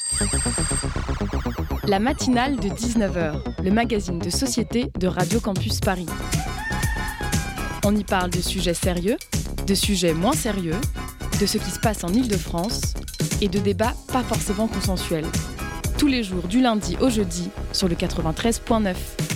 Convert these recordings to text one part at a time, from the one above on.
La matinale de 19h, le magazine de société de Radio Campus Paris. On y parle de sujets sérieux, de sujets moins sérieux, de ce qui se passe en Île-de-France et de débats pas forcément consensuels. Tous les jours du lundi au jeudi sur le 93.9.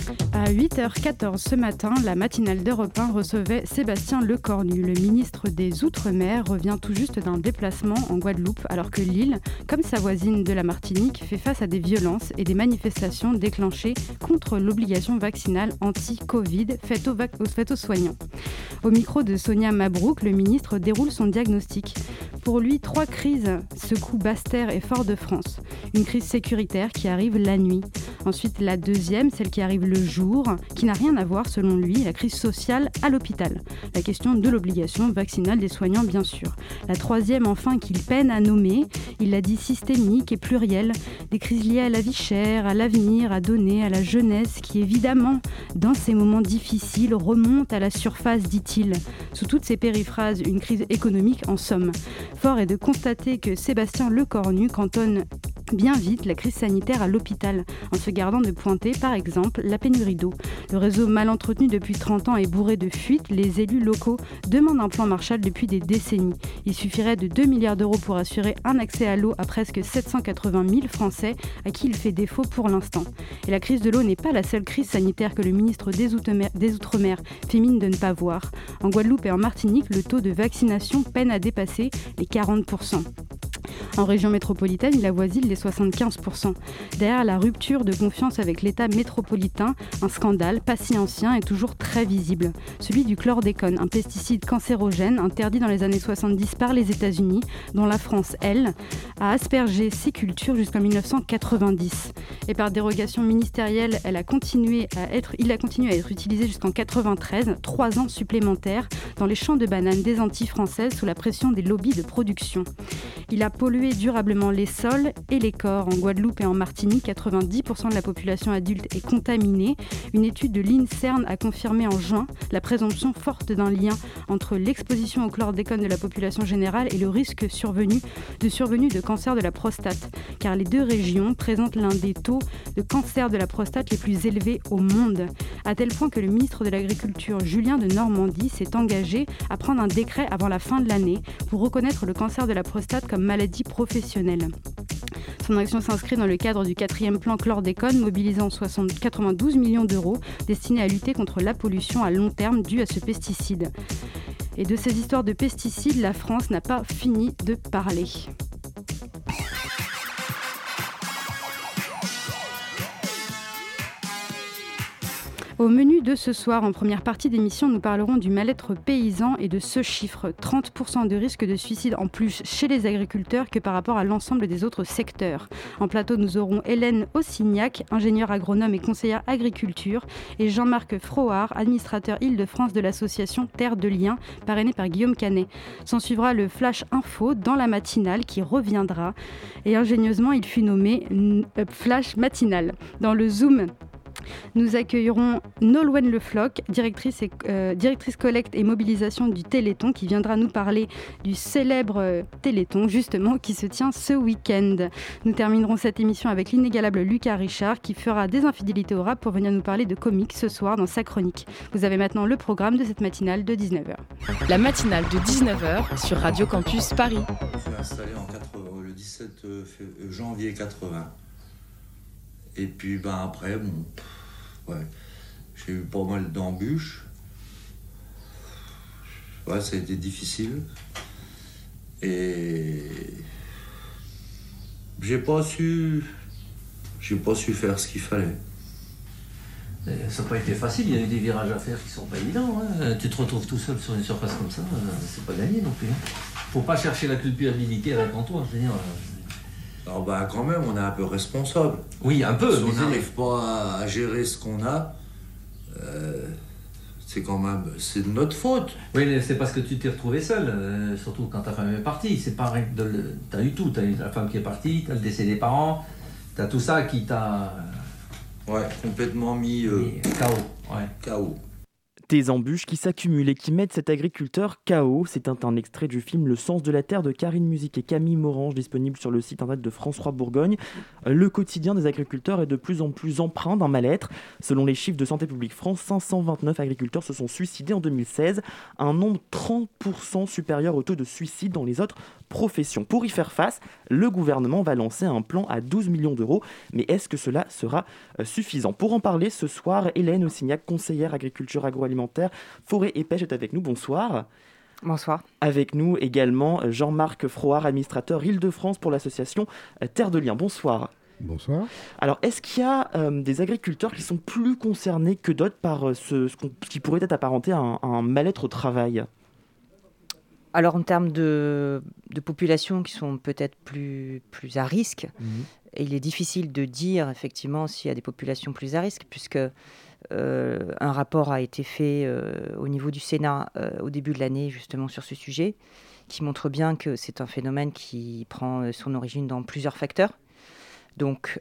À 8h14 ce matin, la matinale d'Europe 1 recevait Sébastien Lecornu. Le ministre des Outre-mer revient tout juste d'un déplacement en Guadeloupe, alors que l'île, comme sa voisine de la Martinique, fait face à des violences et des manifestations déclenchées contre l'obligation vaccinale anti-Covid faite aux soignants. Au micro de Sonia Mabrouk, le ministre déroule son diagnostic. Pour lui, 3 crises secouent Basse-Terre et Fort-de-France. Une crise sécuritaire qui arrive la nuit. Ensuite, la deuxième, celle qui arrive le jour, qui n'a rien à voir, selon lui, la crise sociale à l'hôpital. La question de l'obligation vaccinale des soignants, bien sûr. La troisième, enfin, qu'il peine à nommer, il l'a dit systémique et plurielle. Des crises liées à la vie chère, à l'avenir, à donner, à la jeunesse, qui évidemment, dans ces moments difficiles, remontent à la surface, dit-il. Sous toutes ces périphrases, une crise économique en somme. Fort est de constater que Sébastien Lecornu cantonne bien vite la crise sanitaire à l'hôpital, en se gardant de pointer, par exemple, la pénurie d'eau. Le réseau mal entretenu depuis 30 ans est bourré de fuites. Les élus locaux demandent un plan Marshall depuis des décennies. Il suffirait de 2 milliards d'euros pour assurer un accès à l'eau à presque 780 000 Français, à qui il fait défaut pour l'instant. Et la crise de l'eau n'est pas la seule crise sanitaire que le ministre des Outre-mer fait mine de ne pas voir. En Guadeloupe et en Martinique, le taux de vaccination peine à dépasser les 40%. En région métropolitaine, il avoisine les 75%. Derrière la rupture de confiance avec l'État métropolitain, un scandale pas si ancien est toujours très visible. Celui du chlordécone, un pesticide cancérogène interdit dans les années 70 par les États-Unis, dont la France, elle, a aspergé ses cultures jusqu'en 1990. Et par dérogation ministérielle, il a continué à être utilisé jusqu'en 1993, 3 ans supplémentaires, dans les champs de bananes des Antilles françaises sous la pression des lobbies de production. Il a pollué durablement les sols et les corps. En Guadeloupe et en Martinique, 90% de la population adulte est contaminée. Une étude de l'INSERM a confirmé en juin la présomption forte d'un lien entre l'exposition au chlordécone de la population générale et le risque de survenue de cancer de la prostate. Car les deux régions présentent l'un des taux de cancer de la prostate les plus élevés au monde. À tel point que le ministre de l'Agriculture, Julien de Normandie, s'est engagé à prendre un décret avant la fin de l'année pour reconnaître le cancer de la prostate comme maladie professionnelle. Son action s'inscrit dans le cadre du 4e plan chlordécone, mobilisant 92 millions d'euros destinés à lutter contre la pollution à long terme due à ce pesticide. Et de ces histoires de pesticides, la France n'a pas fini de parler. Au menu de ce soir, en première partie d'émission, nous parlerons du mal-être paysan et de ce chiffre, 30% de risque de suicide en plus chez les agriculteurs que par rapport à l'ensemble des autres secteurs. En plateau, nous aurons Hélène Ossignac, ingénieure agronome et conseillère agriculture, et Jean-Marc Frohard, administrateur Île-de-France de l'association Terre de Liens, parrainé par Guillaume Canet. S'en suivra le Flash Info dans la matinale qui reviendra, et ingénieusement, il fut nommé Flash Matinal. Dans le Zoom, nous accueillerons Nolwenn Le Floch, directrice collecte et mobilisation du Téléthon, qui viendra nous parler du célèbre Téléthon, justement, qui se tient ce week-end. Nous terminerons cette émission avec l'inégalable Lucas Richard, qui fera des infidélités au rap pour venir nous parler de comics ce soir dans sa chronique. Vous avez maintenant le programme de cette matinale de 19h. La matinale de 19h sur Radio Campus Paris. Je suis installé le 17 janvier 80. Et puis après, j'ai eu pas mal d'embûches. Ouais, ça a été difficile. Et j'ai pas su faire ce qu'il fallait. Ça n'a pas été facile, il y a eu des virages à faire qui sont pas évidents. Hein. Tu te retrouves tout seul sur une surface comme ça, c'est pas gagné non plus. Faut pas chercher la culpabilité avec en toi, je veux dire. Alors quand même, on est un peu responsable. Oui, un peu. Si on n'arrive pas à gérer ce qu'on a, c'est de notre faute. Oui, mais c'est parce que tu t'es retrouvé seul, surtout quand ta femme est partie. C'est pareil, t'as eu tout. T'as eu la femme qui est partie, t'as le décès des parents, t'as tout ça qui t'a... Ouais, complètement mis... KO. Ouais. KO. Des embûches qui s'accumulent et qui mettent cet agriculteur KO. C'est un extrait du film Le sens de la terre de Karine Musique et Camille Morange, disponible sur le site internet de France 3 Bourgogne. Le quotidien des agriculteurs est de plus en plus empreint d'un mal-être. Selon les chiffres de Santé publique France, 529 agriculteurs se sont suicidés en 2016, un nombre 30% supérieur au taux de suicide dans les autres professions. Pour y faire face, le gouvernement va lancer un plan à 12 millions d'euros. Mais est-ce que cela sera suffisant ? Pour en parler ce soir, Hélène Ossignac, conseillère agriculture agroalimentaire, forêt et pêche, est avec nous. Bonsoir. Bonsoir. Avec nous également Jean-Marc Froard, administrateur Île-de-France pour l'association Terre de Liens. Bonsoir. Bonsoir. Alors, est-ce qu'il y a des agriculteurs qui sont plus concernés que d'autres par ce qui pourrait être apparenté à un mal-être au travail ? Alors, en termes de populations qui sont peut-être plus à risque, il est difficile de dire effectivement s'il y a des populations plus à risque, puisque un rapport a été fait au niveau du Sénat au début de l'année justement sur ce sujet, qui montre bien que c'est un phénomène qui prend son origine dans plusieurs facteurs. Donc,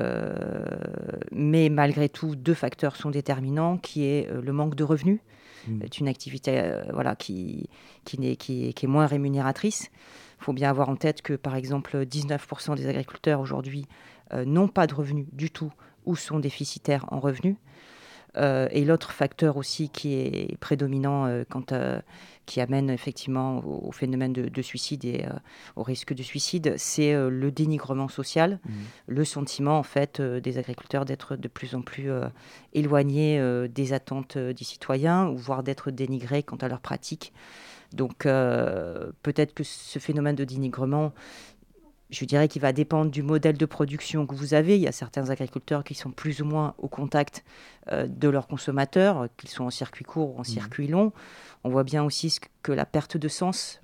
mais malgré tout, 2 facteurs sont déterminants, qui est le manque de revenus. C'est une activité qui est moins rémunératrice. Il faut bien avoir en tête que, par exemple, 19% des agriculteurs aujourd'hui n'ont pas de revenus du tout ou sont déficitaires en revenus. Et l'autre facteur aussi qui est prédominant qui amène effectivement au phénomène de suicide et au risque de suicide, c'est le dénigrement social, le sentiment en fait des agriculteurs d'être de plus en plus éloignés des attentes des citoyens, ou voire d'être dénigrés quant à leurs pratiques. Donc peut-être que ce phénomène de dénigrement, je dirais qu'il va dépendre du modèle de production que vous avez. Il y a certains agriculteurs qui sont plus ou moins au contact de leurs consommateurs, qu'ils soient en circuit court ou en circuit long. On voit bien aussi que la perte de sens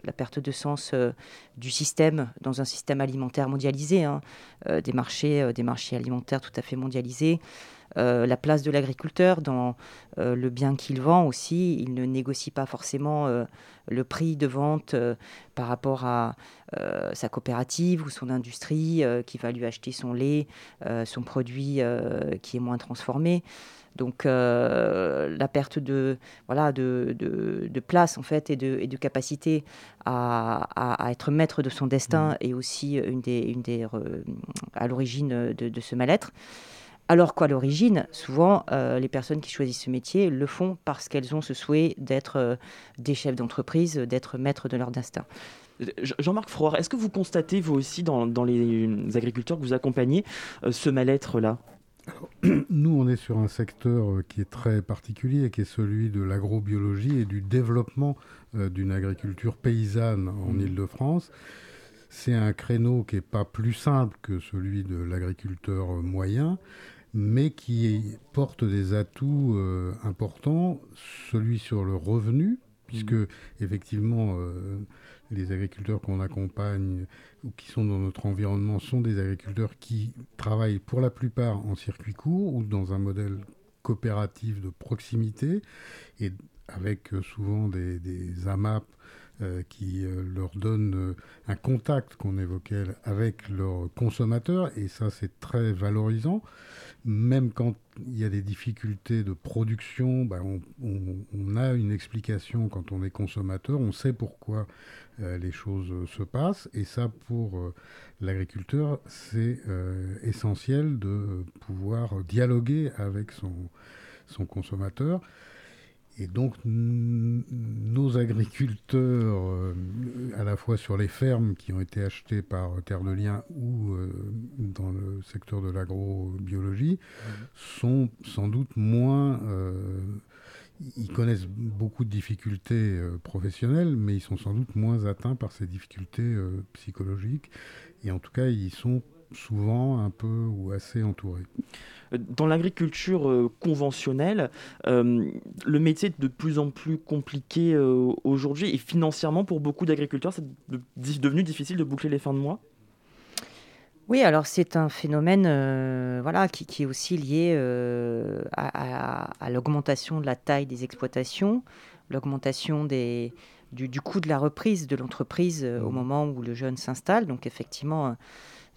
du système, dans un système alimentaire mondialisé, des marchés alimentaires tout à fait mondialisés, la place de l'agriculteur dans le bien qu'il vend aussi. Il ne négocie pas forcément le prix de vente par rapport à sa coopérative ou son industrie qui va lui acheter son lait, son produit qui est moins transformé. Donc la perte de place en fait et de capacité à être maître de son destin est aussi à l'origine de ce mal-être. Alors qu'à l'origine, souvent, les personnes qui choisissent ce métier le font parce qu'elles ont ce souhait d'être des chefs d'entreprise, d'être maîtres de leur destin. Jean-Marc Froard, est-ce que vous constatez, vous aussi, dans les agriculteurs que vous accompagnez, ce mal-être-là ? Alors, nous, on est sur un secteur qui est très particulier, qui est celui de l'agrobiologie et du développement d'une agriculture paysanne en Île-de-France. C'est un créneau qui n'est pas plus simple que celui de l'agriculteur moyen, mais qui porte des atouts importants, celui sur le revenu, puisque effectivement les agriculteurs qu'on accompagne ou qui sont dans notre environnement sont des agriculteurs qui travaillent pour la plupart en circuit court ou dans un modèle coopératif de proximité, et avec souvent des AMAP qui leur donnent un contact qu'on évoquait avec leurs consommateurs, et ça c'est très valorisant. Même quand il y a des difficultés de production, on a une explication quand on est consommateur, on sait pourquoi les choses se passent, et ça pour l'agriculteur c'est essentiel de pouvoir dialoguer avec son consommateur. Et donc, nos agriculteurs, à la fois sur les fermes qui ont été achetées par Terre de Liens ou dans le secteur de l'agrobiologie, sont sans doute moins... ils connaissent beaucoup de difficultés professionnelles, mais ils sont sans doute moins atteints par ces difficultés psychologiques. Et en tout cas, ils sont souvent un peu ou assez entourés. Dans l'agriculture conventionnelle, le métier est de plus en plus compliqué aujourd'hui, et financièrement pour beaucoup d'agriculteurs, c'est devenu difficile de boucler les fins de mois. Oui, alors c'est un phénomène qui est aussi lié à l'augmentation de la taille des exploitations, l'augmentation du coût de la reprise de l'entreprise au moment où le jeune s'installe. Donc effectivement,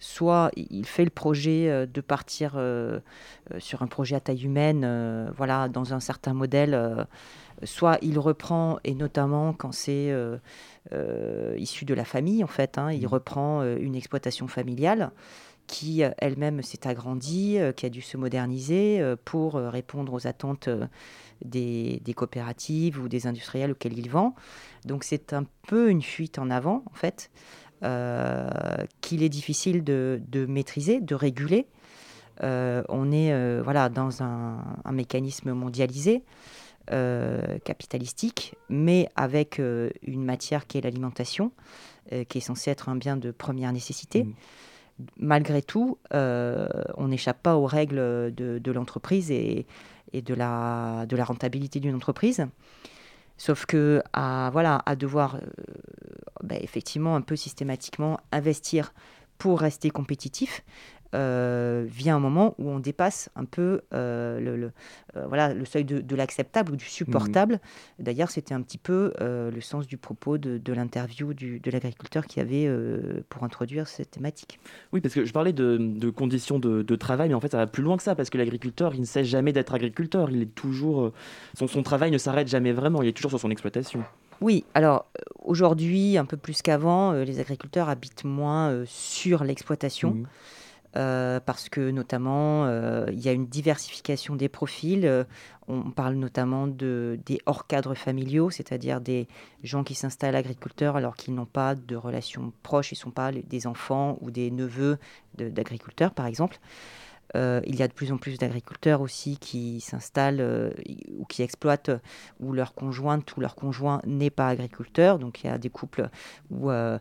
soit il fait le projet de partir sur un projet à taille humaine, voilà, dans un certain modèle, soit il reprend, et notamment quand c'est issu de la famille, en fait, hein, il reprend une exploitation familiale qui elle-même s'est agrandie, qui a dû se moderniser pour répondre aux attentes des coopératives ou des industriels auxquels il vend. Donc c'est un peu une fuite en avant, en fait, qu'il est difficile de maîtriser, de réguler. On est voilà, dans un mécanisme mondialisé, capitalistique, mais avec une matière qui est l'alimentation, qui est censée être un bien de première nécessité. Malgré tout, on n'échappe pas aux règles de l'entreprise et de la rentabilité d'une entreprise. Sauf que à devoir effectivement un peu systématiquement investir pour rester compétitif, vient un moment où on dépasse un peu le seuil de l'acceptable ou du supportable. D'ailleurs, c'était un petit peu le sens du propos de l'interview de l'agriculteur qui avait pour introduire cette thématique. Oui, parce que je parlais de conditions de travail, mais en fait, ça va plus loin que ça, parce que l'agriculteur, il ne cesse jamais d'être agriculteur. Il est toujours... Son travail ne s'arrête jamais vraiment, il est toujours sur son exploitation. Oui, alors aujourd'hui, un peu plus qu'avant, les agriculteurs habitent moins sur l'exploitation. Parce que notamment il y a une diversification des profils. On parle notamment des hors-cadres familiaux, c'est-à-dire des gens qui s'installent agriculteurs alors qu'ils n'ont pas de relations proches, ils ne sont pas des enfants ou des neveux d'agriculteurs, par exemple. Il y a de plus en plus d'agriculteurs aussi qui s'installent ou qui exploitent où leur conjointe ou leur conjoint n'est pas agriculteur. Donc il y a des couples où le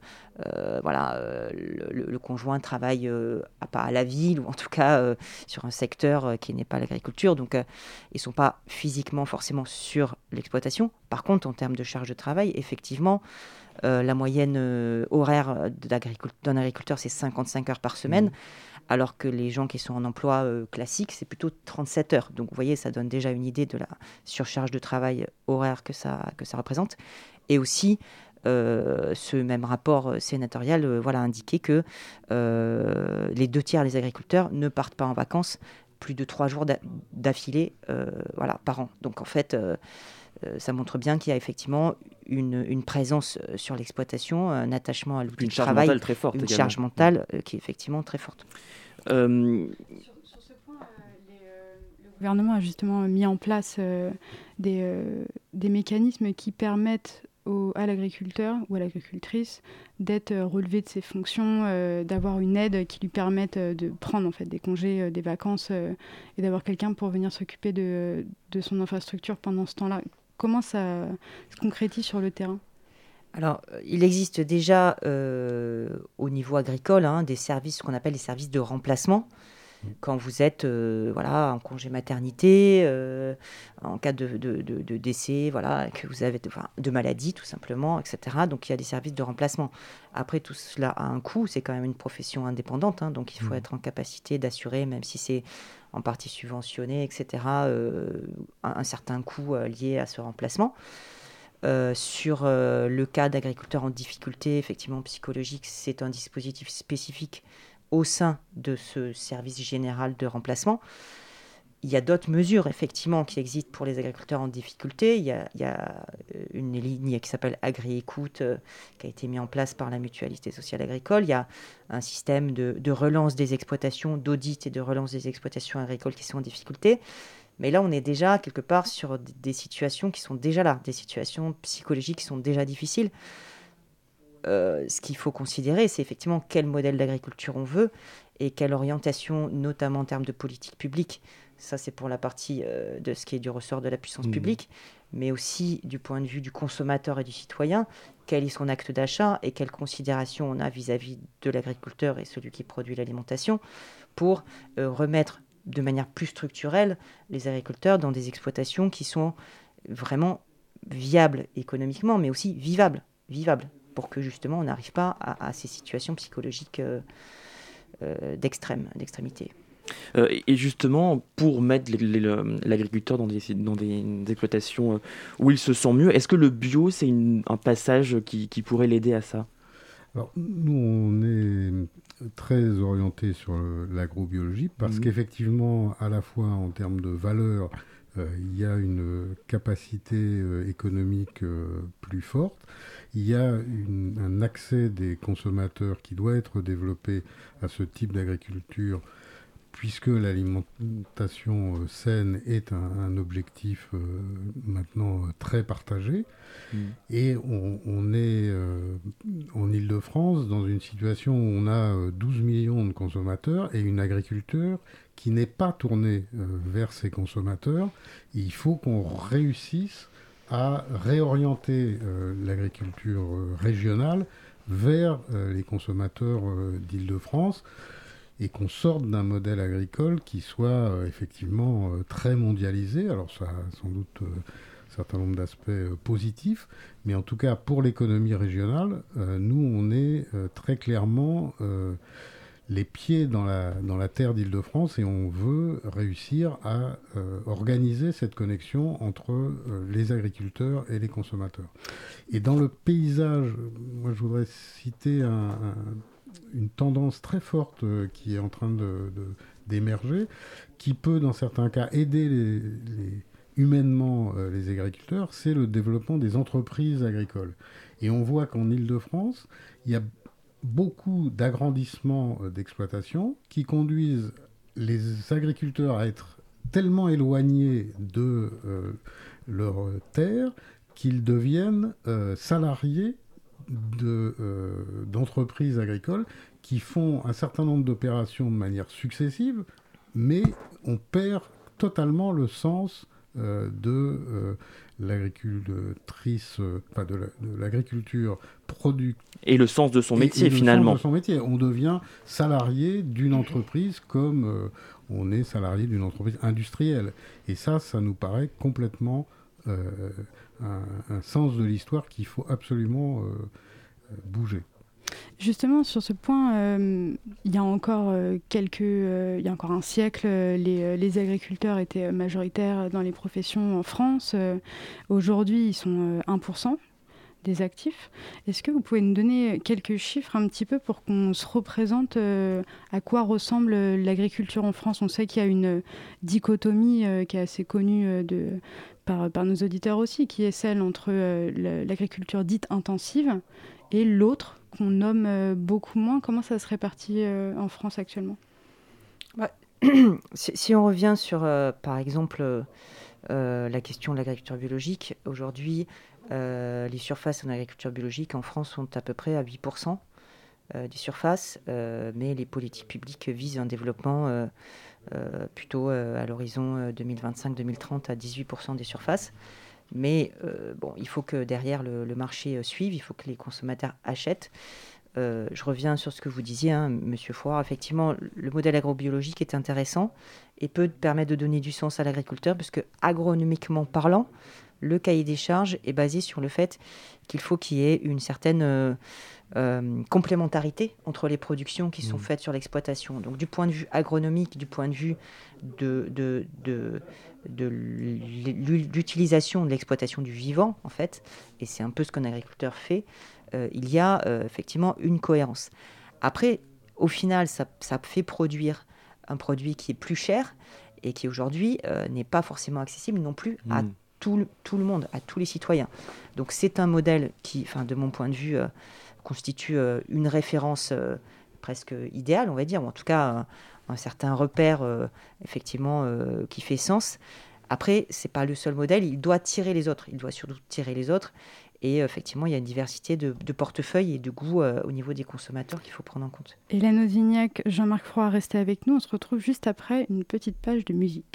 conjoint travaille à la ville ou en tout cas sur un secteur qui n'est pas l'agriculture. Donc ils ne sont pas physiquement forcément sur l'exploitation. Par contre, en termes de charge de travail, effectivement, la moyenne horaire d'un agriculteur, c'est 55 heures par semaine. Alors que les gens qui sont en emploi classique, c'est plutôt 37 heures. Donc vous voyez, ça donne déjà une idée de la surcharge de travail horaire que ça représente. Et aussi, ce même rapport sénatorial a indiqué que les 2/3 des agriculteurs ne partent pas en vacances plus de 3 jours d'affilée par an. Donc en fait, ça montre bien qu'il y a effectivement une présence sur l'exploitation, un attachement à l'outil de travail, mentale très forte, une également. charge mentale qui est effectivement très forte. Sur ce point, le gouvernement a justement mis en place des mécanismes qui permettent à l'agriculteur ou à l'agricultrice d'être relevé de ses fonctions, d'avoir une aide qui lui permette de prendre en fait des congés, des vacances et d'avoir quelqu'un pour venir s'occuper de son infrastructure pendant ce temps-là. Comment ça se concrétise sur le terrain ? Alors, il existe déjà au niveau agricole des services, ce qu'on appelle les services de remplacement. Quand vous êtes en congé maternité, en cas de décès, que vous avez de maladie tout simplement, etc. Donc il y a des services de remplacement. Après, tout cela a un coût, c'est quand même une profession indépendante, donc il faut être en capacité d'assurer, même si c'est en partie subventionné, etc., un certain coût lié à ce remplacement. Sur le cas d'agriculteurs en difficulté, effectivement psychologique, c'est un dispositif spécifique au sein de ce service général de remplacement. Il y a d'autres mesures, effectivement, qui existent pour les agriculteurs en difficulté. Il y a une ligne qui s'appelle Agri-Écoute, qui a été mise en place par la Mutualité sociale agricole. Il y a un système de relance des exploitations, d'audit et de relance des exploitations agricoles qui sont en difficulté. Mais là, on est déjà quelque part sur des situations qui sont déjà là, des situations psychologiques qui sont déjà difficiles. Ce qu'il faut considérer, c'est effectivement quel modèle d'agriculture on veut et quelle orientation, notamment en termes de politique publique. Ça, c'est pour la partie de ce qui est du ressort de la puissance publique, mais aussi du point de vue du consommateur et du citoyen, quel est son acte d'achat et quelle considération on a vis-à-vis de l'agriculteur et celui qui produit l'alimentation pour remettre de manière plus structurelle les agriculteurs dans des exploitations qui sont vraiment viables économiquement, mais aussi vivables, pour que justement on n'arrive pas à ces situations psychologiques d'extrémité. Et justement, pour mettre l'agriculteur dans des exploitations où il se sent mieux, est-ce que le bio, c'est un passage qui pourrait l'aider à ça ? Alors, nous, on est très orienté sur l'agrobiologie parce qu'effectivement, à la fois en termes de valeur, il y a une capacité économique plus forte. Il y a un accès des consommateurs qui doit être développé à ce type d'agriculture, puisque l'alimentation saine est un objectif maintenant très partagé. Et on est en Île-de-France dans une situation où on a 12 millions de consommateurs et une agriculture qui n'est pas tournée vers ces consommateurs. Et il faut qu'on réussisse à réorienter l'agriculture régionale vers les consommateurs d'Île-de-France et qu'on sorte d'un modèle agricole qui soit effectivement très mondialisé. Alors ça a sans doute un certain nombre d'aspects positifs, mais en tout cas pour l'économie régionale, nous on est très clairement les pieds dans la terre d'Île-de-France et on veut réussir à organiser cette connexion entre les agriculteurs et les consommateurs. Et dans le paysage, moi je voudrais citer une tendance très forte qui est en train d'émerger, qui peut dans certains cas aider humainement les agriculteurs, c'est le développement des entreprises agricoles. Et on voit qu'en Île-de-France, il y a beaucoup d'agrandissements d'exploitation qui conduisent les agriculteurs à être tellement éloignés de leur terre qu'ils deviennent salariés d'entreprises agricoles qui font un certain nombre d'opérations de manière successive, mais on perd totalement le sens de l'agricultrice, de l'agriculture productive. Et le sens de son métier, finalement. Le sens de son métier. On devient salarié d'une entreprise comme on est salarié d'une entreprise industrielle. Et ça nous paraît complètement un sens de l'histoire qu'il faut absolument bouger. Justement, sur ce point, il y a encore il y a encore un siècle, les agriculteurs étaient majoritaires dans les professions en France. Aujourd'hui, ils sont 1% des actifs. Est-ce que vous pouvez nous donner quelques chiffres un petit peu pour qu'on se représente à quoi ressemble l'agriculture en France ? On sait qu'il y a une dichotomie qui est assez connue par nos auditeurs aussi, qui est celle entre l'agriculture dite intensive et l'autre qu'on nomme beaucoup moins. Comment ça se répartit en France actuellement ? Si on revient sur, par exemple, la question de l'agriculture biologique, aujourd'hui, les surfaces en agriculture biologique en France sont à peu près à 8% des surfaces, mais les politiques publiques visent un développement plutôt à l'horizon 2025-2030 à 18% des surfaces. Mais il faut que derrière le marché suive, il faut que les consommateurs achètent. Je reviens sur ce que vous disiez, Monsieur Fouard. Effectivement, le modèle agrobiologique est intéressant et peut permettre de donner du sens à l'agriculteur, puisque agronomiquement parlant, le cahier des charges est basé sur le fait qu'il faut qu'il y ait une certaine complémentarité entre les productions qui sont faites sur l'exploitation. Donc du point de vue agronomique, du point de vue de l'utilisation de l'exploitation du vivant, en fait, et c'est un peu ce qu'un agriculteur fait, il y a effectivement une cohérence. Après, au final, ça fait produire un produit qui est plus cher et qui aujourd'hui n'est pas forcément accessible non plus à tout le monde, à tous les citoyens. Donc c'est un modèle qui, de mon point de vue, constitue une référence presque idéale, on va dire, ou en tout cas un certain repère effectivement qui fait sens. Après, c'est pas le seul modèle, il doit tirer les autres, il doit surtout tirer les autres. Et effectivement, il y a une diversité de portefeuilles et de goûts au niveau des consommateurs qu'il faut prendre en compte. Hélène Ozignac, Jean-Marc Froid, restez avec nous. On se retrouve juste après une petite page de musique.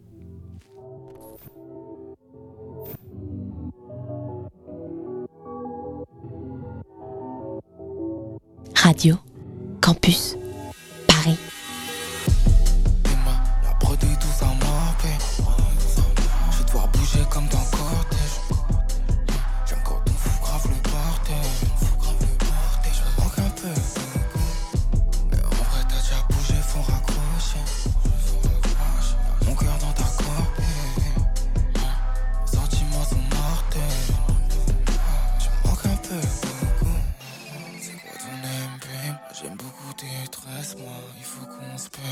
Radio Campus Paris. La prod et tout ça m'appelle. Je vais devoir bouger comme dans cortège. J'aime quand on fout grave le bordel. Je me manque un peu. Mais en vrai t'as déjà bougé, faut raccrocher. Mon cœur dans ta corbeille. Mes sentiments sont mortels. Je me manque un peu. C'est quoi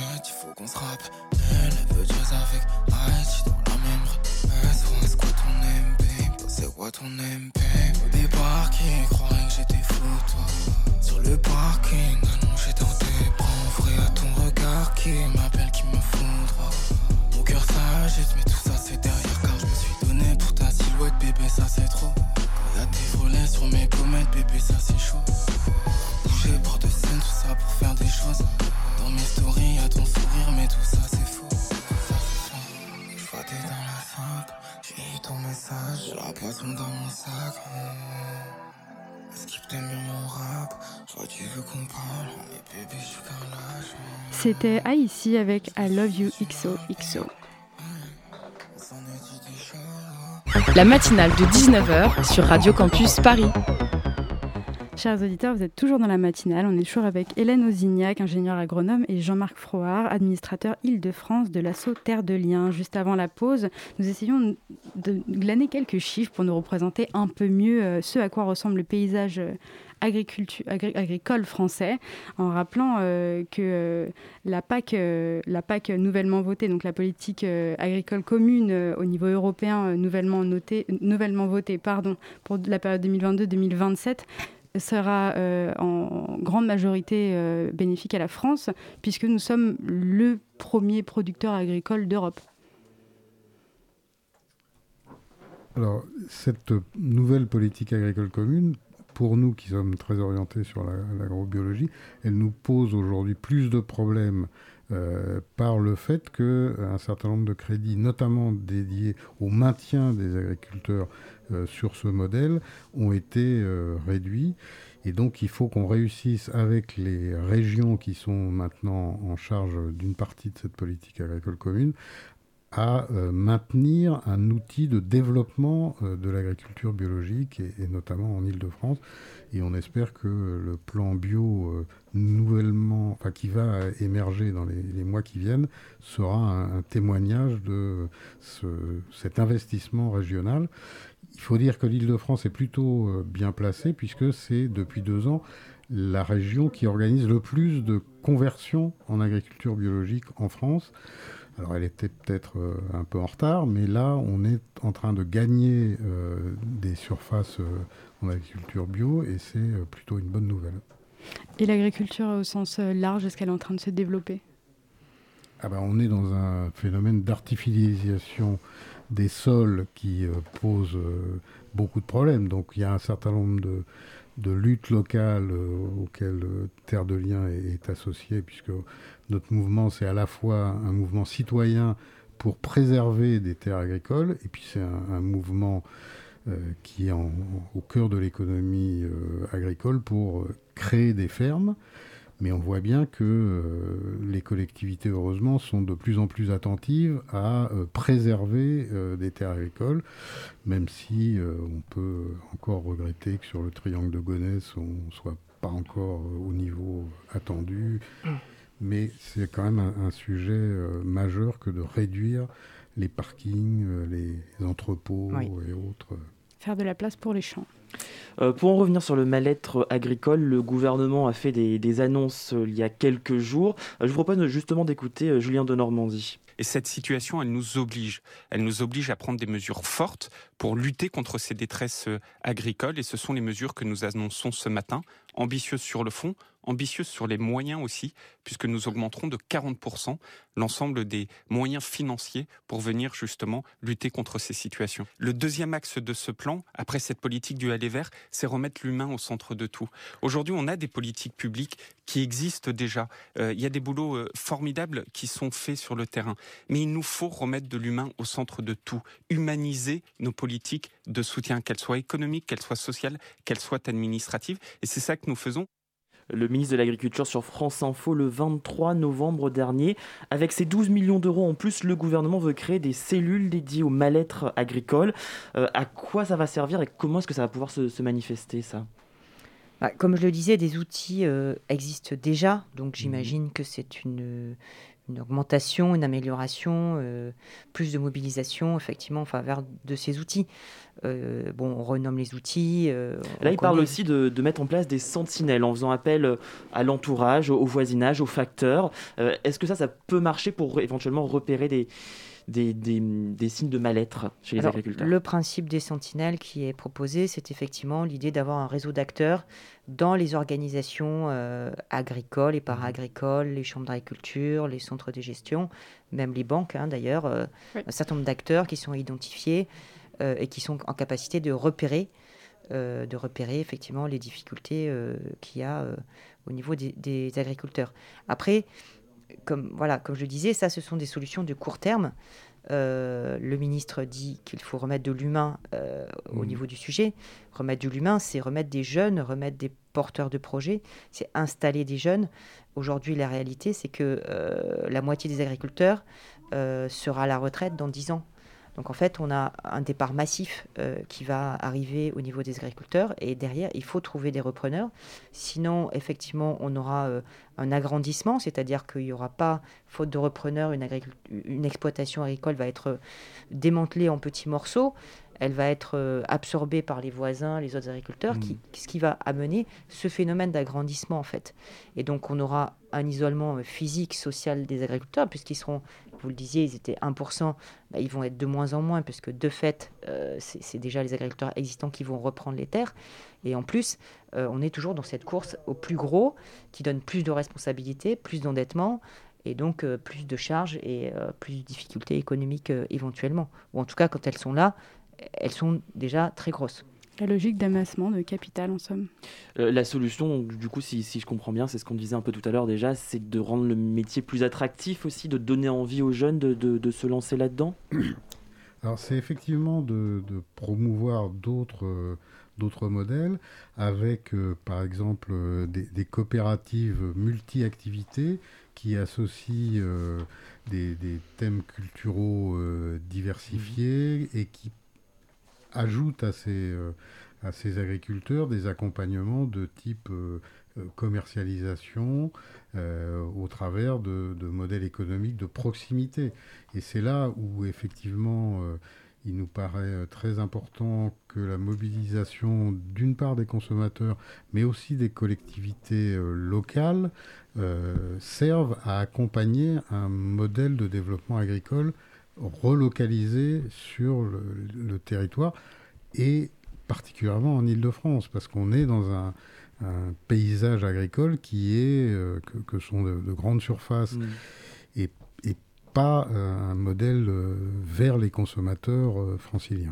night, il faut qu'on se rappelle. Elle veut jazz avec Light, j'suis dans la même rue. Soit quoi ton MP, toi c'est quoi ton MP? Au départ, qui croyait que j'étais fou, toi? Sur le parking, allongé dans tes bras, ouvré à ton regard qui m'appelle, qui me foudre. Mon cœur s'agite, mais tout ça c'est derrière, car je me suis donné pour ta silhouette, bébé, ça c'est trop. Quand y'a des volets sur mes pommettes, bébé, ça c'est chaud. Bouger bord de scène, tout ça pour faire des choses. Dans mes stories, y'a ton sourire, mais tout ça c'est faux. Je vois t'es dans la sac, j'ai eu ton message, j'ai la poisson dans mon sac. Est-ce qu'il t'aime bien mon rap? Je vois tu veux qu'on parle, mais bébé, je suis qu'un lâche. C'était Ici avec I Love You XOXO. La matinale de 19h sur Radio Campus Paris. Chers auditeurs, vous êtes toujours dans la matinale. On est toujours avec Hélène Ozignac, ingénieure agronome, et Jean-Marc Frohard, administrateur Île-de-France de l'asso Terre de Liens. Juste avant la pause, nous essayons de glaner quelques chiffres pour nous représenter un peu mieux ce à quoi ressemble le paysage agricole français, en rappelant que la PAC nouvellement votée, donc la politique agricole commune au niveau européen nouvellement votée pour la période 2022-2027, sera en grande majorité bénéfique à la France, puisque nous sommes le premier producteur agricole d'Europe. Alors, cette nouvelle politique agricole commune, pour nous qui sommes très orientés sur l'agrobiologie, elle nous pose aujourd'hui plus de problèmes par le fait qu'un certain nombre de crédits, notamment dédiés au maintien des agriculteurs sur ce modèle, ont été réduits. Et donc, il faut qu'on réussisse avec les régions qui sont maintenant en charge d'une partie de cette politique agricole commune à maintenir un outil de développement de l'agriculture biologique, et notamment en Île-de-France. Et on espère que le plan bio qui va émerger dans les mois qui viennent sera un témoignage de cet investissement régional. Il faut dire que l'Île-de-France est plutôt bien placée, puisque c'est depuis 2 ans la région qui organise le plus de conversions en agriculture biologique en France. Alors elle était peut-être un peu en retard, mais là on est en train de gagner des surfaces en agriculture bio, et c'est plutôt une bonne nouvelle. Et l'agriculture au sens large, est-ce qu'elle est en train de se développer ? On est dans un phénomène d'artificialisation des sols qui pose beaucoup de problèmes. Donc il y a un certain nombre de luttes locales auxquelles Terre de Liens est associée, puisque notre mouvement, c'est à la fois un mouvement citoyen pour préserver des terres agricoles, et puis c'est un mouvement qui est au cœur de l'économie agricole pour créer des fermes. Mais on voit bien que les collectivités, heureusement, sont de plus en plus attentives à préserver des terres agricoles, même si on peut encore regretter que sur le triangle de Gonesse, on ne soit pas encore au niveau attendu. Mais c'est quand même un sujet majeur que de réduire les parkings, les entrepôts et autres. Faire de la place pour les champs. Pour en revenir sur le mal-être agricole, le gouvernement a fait des annonces il y a quelques jours. Je vous propose justement d'écouter Julien Denormandie. Et cette situation, elle nous oblige à prendre des mesures fortes pour lutter contre ces détresses agricoles. Et ce sont les mesures que nous annonçons ce matin, ambitieuses sur le fond, ambitieuses sur les moyens aussi, puisque nous augmenterons de 40% l'ensemble des moyens financiers pour venir justement lutter contre ces situations. Le deuxième axe de ce plan, après cette politique du aller vers, c'est remettre l'humain au centre de tout. Aujourd'hui, on a des politiques publiques qui existent déjà. Il y a des boulots formidables qui sont faits sur le terrain. Mais il nous faut remettre de l'humain au centre de tout. Humaniser nos politiques de soutien, qu'elles soient économiques, qu'elles soient sociales, qu'elles soient administratives. Et c'est ça que nous faisons. Le ministre de l'Agriculture sur France Info le 23 novembre dernier. Avec ces 12 millions d'euros en plus, le gouvernement veut créer des cellules dédiées au mal-être agricole. À quoi ça va servir et comment est-ce que ça va pouvoir se manifester, ça ? Comme je le disais, des outils existent déjà, donc j'imagine que c'est une une augmentation, une amélioration, plus de mobilisation, effectivement, en faveur de ces outils. On renomme les outils. Là, il parle aussi de mettre en place des sentinelles en faisant appel à l'entourage, au voisinage, aux facteurs. Est-ce que ça peut marcher pour éventuellement repérer des signes de mal-être chez les agriculteurs? Le principe des sentinelles qui est proposé, c'est effectivement l'idée d'avoir un réseau d'acteurs dans les organisations agricoles et para-agricoles, les chambres d'agriculture, les centres de gestion, même les banques d'ailleurs, un certain nombre d'acteurs qui sont identifiés et qui sont en capacité de repérer effectivement les difficultés qu'il y a au niveau des agriculteurs. Après, comme je le disais, ça, ce sont des solutions de court terme. Le ministre dit qu'il faut remettre de l'humain au niveau du sujet. Remettre de l'humain, c'est remettre des jeunes, remettre des porteurs de projets, c'est installer des jeunes. Aujourd'hui, la réalité, c'est que la moitié des agriculteurs sera à la retraite dans 10 ans. Donc en fait, on a un départ massif qui va arriver au niveau des agriculteurs et derrière, il faut trouver des repreneurs. Sinon, effectivement, on aura un agrandissement, c'est-à-dire qu'il n'y aura pas, faute de repreneurs, une exploitation agricole va être démantelée en petits morceaux. Elle va être absorbée par les voisins, les autres agriculteurs, ce qui va amener ce phénomène d'agrandissement en fait. Et donc on aura un isolement physique, social des agriculteurs, puisqu'ils seront, vous le disiez, ils étaient 1%, ils vont être de moins en moins, puisque de fait, c'est déjà les agriculteurs existants qui vont reprendre les terres. Et en plus, on est toujours dans cette course au plus gros, qui donne plus de responsabilités, plus d'endettement, et donc plus de charges et plus de difficultés économiques éventuellement. Ou en tout cas, quand elles sont là, elles sont déjà très grosses. La logique d'amassement de capital, en somme. La solution, du coup, si je comprends bien, c'est ce qu'on disait un peu tout à l'heure déjà, c'est de rendre le métier plus attractif aussi, de donner envie aux jeunes de se lancer là-dedans. Alors, c'est effectivement de promouvoir d'autres modèles avec, par exemple, des coopératives multi-activités qui associent des thèmes culturaux diversifiés et qui ajoute à ces agriculteurs des accompagnements de type commercialisation au travers de modèles économiques de proximité. Et c'est là où effectivement il nous paraît très important que la mobilisation d'une part des consommateurs mais aussi des collectivités locales serve à accompagner un modèle de développement agricole relocalisé sur le territoire et particulièrement en Île-de-France parce qu'on est dans un paysage agricole qui est que sont de grandes surfaces et pas un modèle vers les consommateurs franciliens.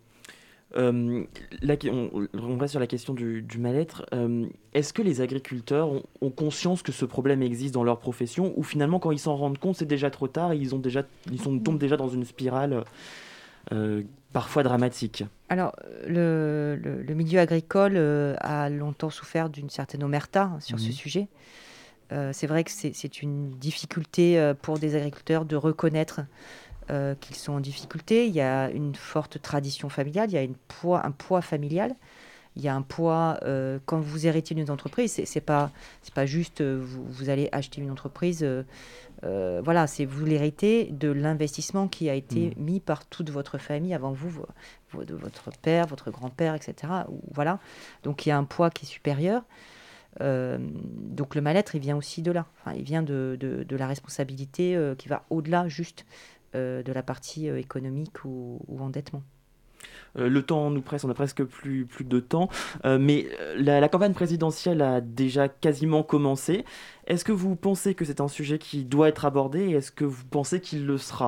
On reste sur la question du mal-être. Est-ce que les agriculteurs ont conscience que ce problème existe dans leur profession ou finalement quand ils s'en rendent compte c'est déjà trop tard et ils tombent déjà dans une spirale parfois dramatique? Alors le milieu agricole a longtemps souffert d'une certaine omerta sur ce sujet. C'est vrai que c'est une difficulté pour des agriculteurs de reconnaître qu'ils sont en difficulté. Il y a une forte tradition familiale, il y a un poids familial, il y a un poids quand vous héritez d'une entreprise, c'est pas juste vous allez acheter une entreprise, c'est vous l'héritez de l'investissement qui a été mis par toute votre famille avant vous, de votre père, votre grand-père, etc. Voilà, donc il y a un poids qui est supérieur. Donc le mal-être, il vient aussi de là. Enfin, il vient de la responsabilité qui va au-delà juste de la partie économique ou endettement. Le temps nous presse, on a presque plus de temps, mais la campagne présidentielle a déjà quasiment commencé. Est-ce que vous pensez que c'est un sujet qui doit être abordé et est-ce que vous pensez qu'il le sera ?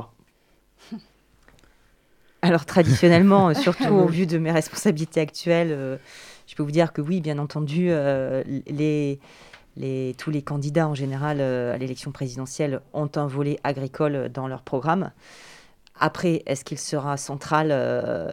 Alors traditionnellement, surtout au vu de mes responsabilités actuelles, je peux vous dire que oui, bien entendu, tous les candidats en général à l'élection présidentielle ont un volet agricole dans leur programme. Après, est-ce qu'il sera central ?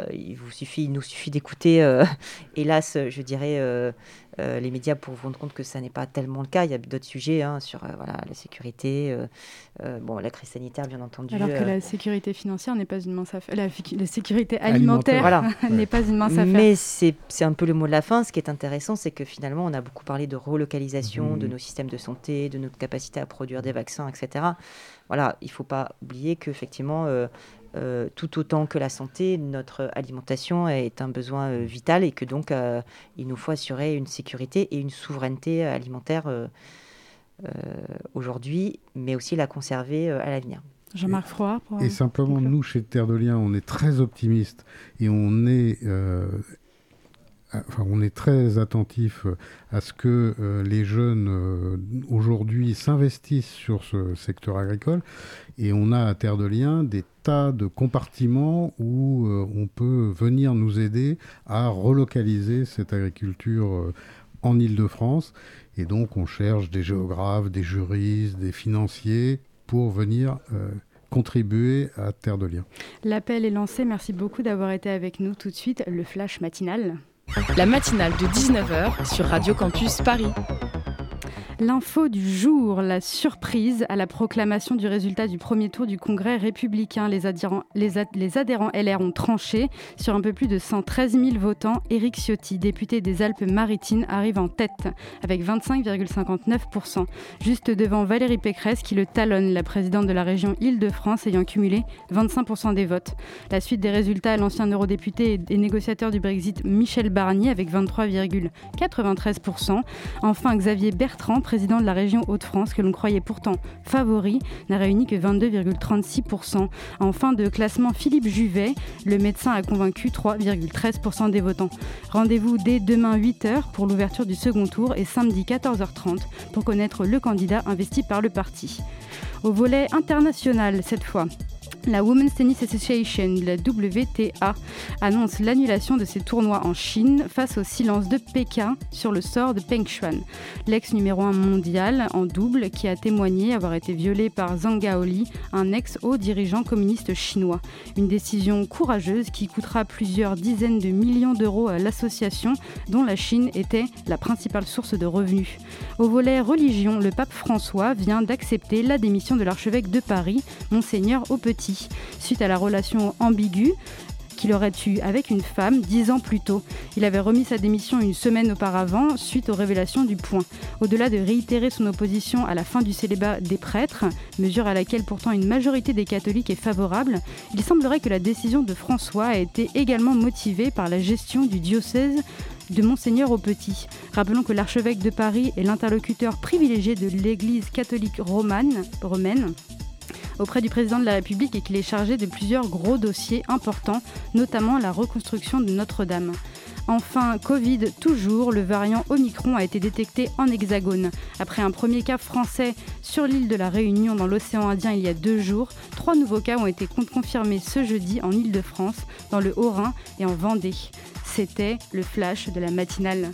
Il nous suffit d'écouter, hélas, je dirais, les médias pour vous rendre compte que ça n'est pas tellement le cas. Il y a d'autres sujets sur la sécurité, la crise sanitaire, bien entendu. Alors que la sécurité financière n'est pas une mince affaire. La sécurité alimentaire n'est pas une mince affaire. Mais c'est un peu le mot de la fin. Ce qui est intéressant, c'est que finalement, on a beaucoup parlé de relocalisation de nos systèmes de santé, de notre capacité à produire des vaccins, etc. Voilà, il ne faut pas oublier qu'effectivement, tout autant que la santé, notre alimentation est un besoin vital et que donc il nous faut assurer une sécurité et une souveraineté alimentaire aujourd'hui, mais aussi la conserver à l'avenir. Jean-Marc Froard. Et simplement, nous, chez Terre de Liens, on est très optimistes et on est très attentif à ce que les jeunes aujourd'hui s'investissent sur ce secteur agricole. Et on a à Terre de Liens des tas de compartiments où on peut venir nous aider à relocaliser cette agriculture en Île-de-France. Et donc on cherche des géographes, des juristes, des financiers pour venir contribuer à Terre de Liens. L'appel est lancé. Merci beaucoup d'avoir été avec nous. Tout de suite, le flash matinal. La matinale de 19h sur Radio Campus Paris. L'info du jour, la surprise à la proclamation du résultat du premier tour du Congrès républicain. Les adhérents LR ont tranché. Sur un peu plus de 113 000 votants, Éric Ciotti, député des Alpes-Maritimes, arrive en tête avec 25,59%. Juste devant Valérie Pécresse qui le talonne, la présidente de la région Île-de-France ayant cumulé 25% des votes. La suite des résultats, l'ancien eurodéputé et négociateur du Brexit Michel Barnier avec 23,93%. Enfin, Xavier Bertrand, président de la région Hauts-de-France, que l'on croyait pourtant favori, n'a réuni que 22,36%. En fin de classement, Philippe Juvet, le médecin, a convaincu 3,13% des votants. Rendez-vous dès demain 8h pour l'ouverture du second tour et samedi 14h30 pour connaître le candidat investi par le parti. Au volet international cette fois, la Women's Tennis Association, la WTA, annonce l'annulation de ses tournois en Chine face au silence de Pékin sur le sort de Peng Shuai, l'ex numéro 1 mondial en double qui a témoigné avoir été violé par Zhang Gaoli, un ex-haut dirigeant communiste chinois. Une décision courageuse qui coûtera plusieurs dizaines de millions d'euros à l'association dont la Chine était la principale source de revenus. Au volet religion, le pape François vient d'accepter la démission de l'archevêque de Paris, Monseigneur Aupetit, suite à la relation ambiguë qu'il aurait eue avec une femme 10 ans plus tôt. Il avait remis sa démission une semaine auparavant suite aux révélations du Point. Au-delà de réitérer son opposition à la fin du célibat des prêtres, mesure à laquelle pourtant une majorité des catholiques est favorable, il semblerait que la décision de François a été également motivée par la gestion du diocèse de Monseigneur Aupetit. Rappelons que l'archevêque de Paris est l'interlocuteur privilégié de l'Église catholique romaine auprès du président de la République et qu'il est chargé de plusieurs gros dossiers importants, notamment la reconstruction de Notre-Dame. Enfin, Covid toujours, le variant Omicron a été détecté en Hexagone. Après un premier cas français sur l'île de la Réunion dans l'océan Indien il y a 2 jours, 3 nouveaux cas ont été confirmés ce jeudi en Île-de-France, dans le Haut-Rhin et en Vendée. C'était le flash de la matinale.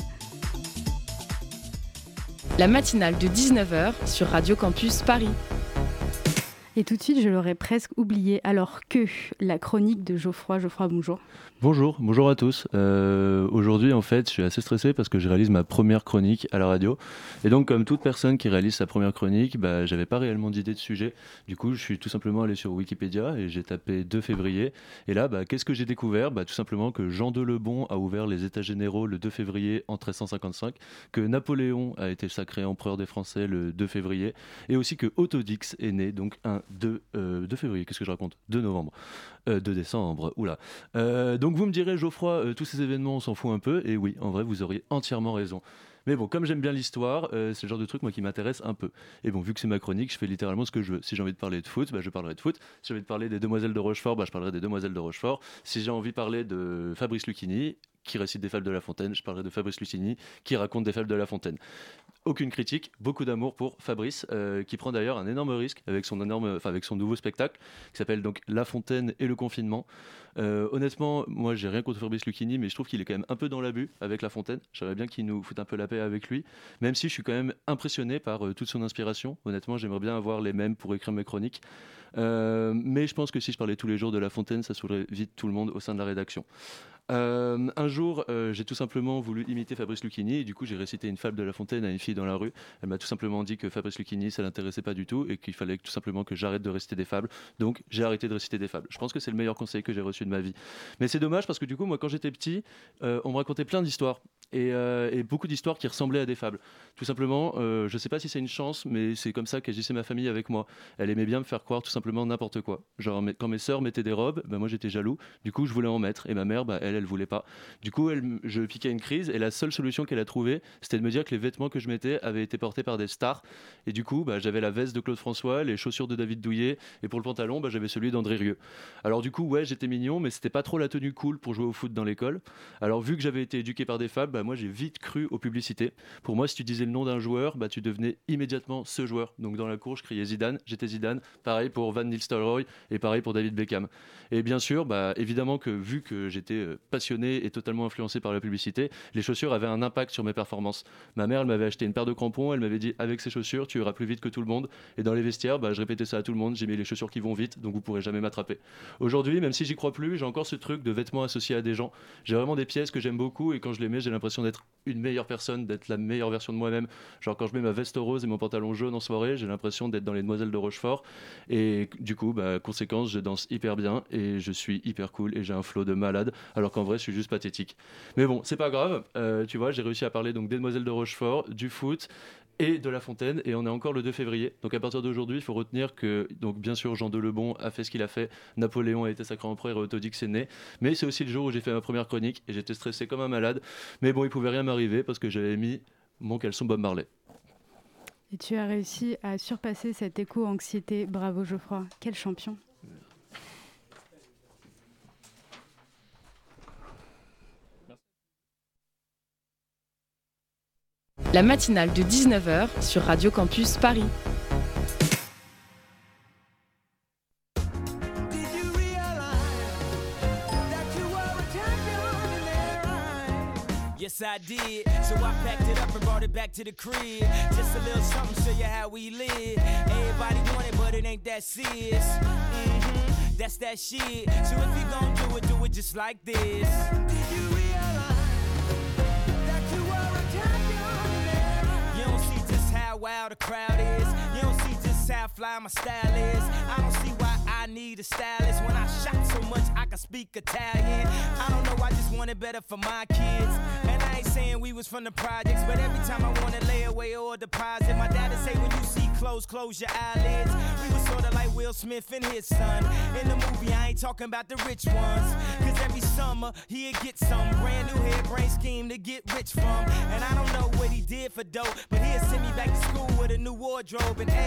La matinale de 19h sur Radio Campus Paris. Et tout de suite, je l'aurais presque oublié, alors que la chronique de Geoffroy. Geoffroy, bonjour. Bonjour à tous. Aujourd'hui, en fait, je suis assez stressé parce que je réalise ma première chronique à la radio. Et donc, comme toute personne qui réalise sa première chronique, j'avais pas réellement d'idée de sujet. Du coup, je suis tout simplement allé sur Wikipédia et j'ai tapé 2 février. Et là, qu'est-ce que j'ai découvert ? Tout simplement que Jean de Lebon a ouvert les États généraux le 2 février en 1355, que Napoléon a été sacré empereur des Français le 2 février, et aussi que Otto Dix est né donc un 2 février. Qu'est-ce que je raconte ? 2 novembre. 2 décembre. Oula. Donc vous me direz, Geoffroy, tous ces événements, on s'en fout un peu. Et oui, en vrai, vous auriez entièrement raison. Mais bon, comme j'aime bien l'histoire, c'est le genre de truc moi qui m'intéresse un peu. Et bon, vu que c'est ma chronique, je fais littéralement ce que je veux. Si j'ai envie de parler de foot, je parlerai de foot. Si j'ai envie de parler des Demoiselles de Rochefort, je parlerai des Demoiselles de Rochefort. Si j'ai envie de parler de Fabrice Lucchini, qui récite des fables de La Fontaine, je parlerai de Fabrice Lucchini, qui raconte des fables de La Fontaine. Aucune critique, beaucoup d'amour pour Fabrice, qui prend d'ailleurs un énorme risque avec son nouveau spectacle, qui s'appelle donc La Fontaine et le confinement. Honnêtement, moi j'ai rien contre Fabrice Lucchini, mais je trouve qu'il est quand même un peu dans l'abus avec La Fontaine. J'aimerais bien qu'il nous foute un peu la paix avec lui, même si je suis quand même impressionné par toute son inspiration. Honnêtement, j'aimerais bien avoir les mêmes pour écrire mes chroniques. Mais je pense que si je parlais tous les jours de La Fontaine, ça saoulerait vite tout le monde au sein de la rédaction. Un jour, j'ai tout simplement voulu imiter Fabrice Lucchini et du coup j'ai récité une fable de La Fontaine à une fille dans la rue. Elle m'a tout simplement dit que Fabrice Lucchini ça l'intéressait pas du tout et qu'il fallait tout simplement que j'arrête de réciter des fables. Donc j'ai arrêté de réciter des fables. Je pense que c'est le meilleur conseil que j'ai reçu de ma vie. Mais c'est dommage parce que du coup moi quand j'étais petit, on me racontait plein d'histoires. Et beaucoup d'histoires qui ressemblaient à des fables. Tout simplement, je sais pas si c'est une chance, mais c'est comme ça qu'agissait ma famille avec moi. Elle aimait bien me faire croire tout simplement n'importe quoi. Genre, quand mes sœurs mettaient des robes, moi j'étais jaloux, du coup je voulais en mettre, et ma mère, elle voulait pas. Du coup, je piquais une crise, et la seule solution qu'elle a trouvée, c'était de me dire que les vêtements que je mettais avaient été portés par des stars, et du coup, j'avais la veste de Claude François, les chaussures de David Douillet, et pour le pantalon, j'avais celui d'André Rieu. Alors du coup, ouais, j'étais mignon, mais c'était pas trop la tenue cool pour jouer au foot dans l'école. Alors vu que j'avais été éduqué par des fables, moi j'ai vite cru aux publicités. Pour moi, si tu disais le nom d'un joueur, tu devenais immédiatement ce joueur. Donc dans la cour, je criais Zidane, j'étais Zidane. Pareil pour Van Nistelrooy et pareil pour David Beckham. Et bien sûr, évidemment que vu que j'étais passionné et totalement influencé par la publicité, les chaussures avaient un impact sur mes performances. Ma mère, elle m'avait acheté une paire de crampons, elle m'avait dit avec ces chaussures, tu iras plus vite que tout le monde. Et dans les vestiaires, je répétais ça à tout le monde, j'ai mis les chaussures qui vont vite, donc vous pourrez jamais m'attraper. Aujourd'hui, même si j'y crois plus, j'ai encore ce truc de vêtements associés à des gens. J'ai vraiment des pièces que j'aime beaucoup et quand je les mets, j'ai l'impression d'être une meilleure personne, d'être la meilleure version de moi-même. Genre quand je mets ma veste rose et mon pantalon jaune en soirée, j'ai l'impression d'être dans les Demoiselles de Rochefort et du coup, conséquence, je danse hyper bien et je suis hyper cool et j'ai un flow de malade alors qu'en vrai, je suis juste pathétique. Mais bon, c'est pas grave, tu vois, j'ai réussi à parler donc des Demoiselles de Rochefort, du foot et de La Fontaine, et on est encore le 2 février. Donc à partir d'aujourd'hui, il faut retenir que, donc bien sûr, Jean Delebon a fait ce qu'il a fait, Napoléon a été sacré empereur et Autodix est né, mais c'est aussi le jour où j'ai fait ma première chronique, et j'étais stressé comme un malade, mais bon, il pouvait rien m'arriver parce que j'avais mis mon caleçon Bob Marley. Et tu as réussi à surpasser cette éco-anxiété. Bravo Geoffroy, quel champion! La matinale de 19h sur Radio Campus Paris. Yes, I did. So I packed it up and brought it back to the crib. Just a little something, show you how we live. Everybody want it, but it ain't that serious. That's that shit. So if you gon' do it just like this. Did you realize that you are a champion? You don't see just how wild the crowd is. You don't see just how fly my style is. I don't see why I need a stylist. When I shot so much I can speak Italian. I don't know, I just want it better for my kids. And I ain't saying we was from the projects, but every time I wanna lay away or deposit, my dad'd say when you see clothes, close your eyelids. We was sorta like Will Smith and his son. In the movie I ain't talking about the rich ones, cause every summer he'd get some brand new hairbrain scheme to get rich from. And I don't know what he did for dope, but he'd send me back to school with a new wardrobe. And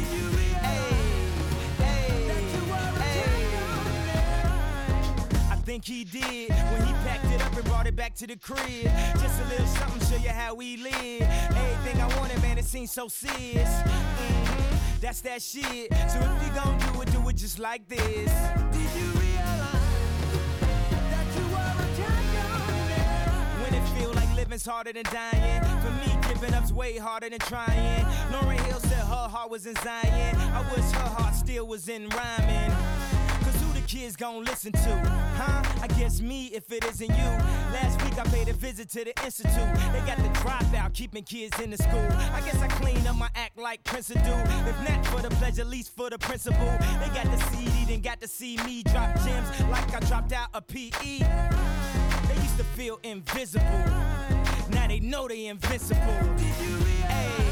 I think he did when he packed it up and brought it back to the crib. Just a little something, show you how we live. Everything I wanted, man, it seems so serious. That's that shit. So if you gon' do it just like this. Did you realize that you are a champion? When it feel like living's harder than dying, for me giving up's way harder than trying. Lauryn Hill said her heart was in Zion. I wish her heart still was in rhyming. Kids gon' listen to, huh? I guess me if it isn't you. Last week I paid a visit to the institute. They got the dropout, keeping kids in the school. I guess I clean up my act like Prince would do. If not for the pleasure, at least for the principle. They got the CD, then got to see me drop gems like I dropped out a PE. They used to feel invisible. Now they know they invincible. Hey.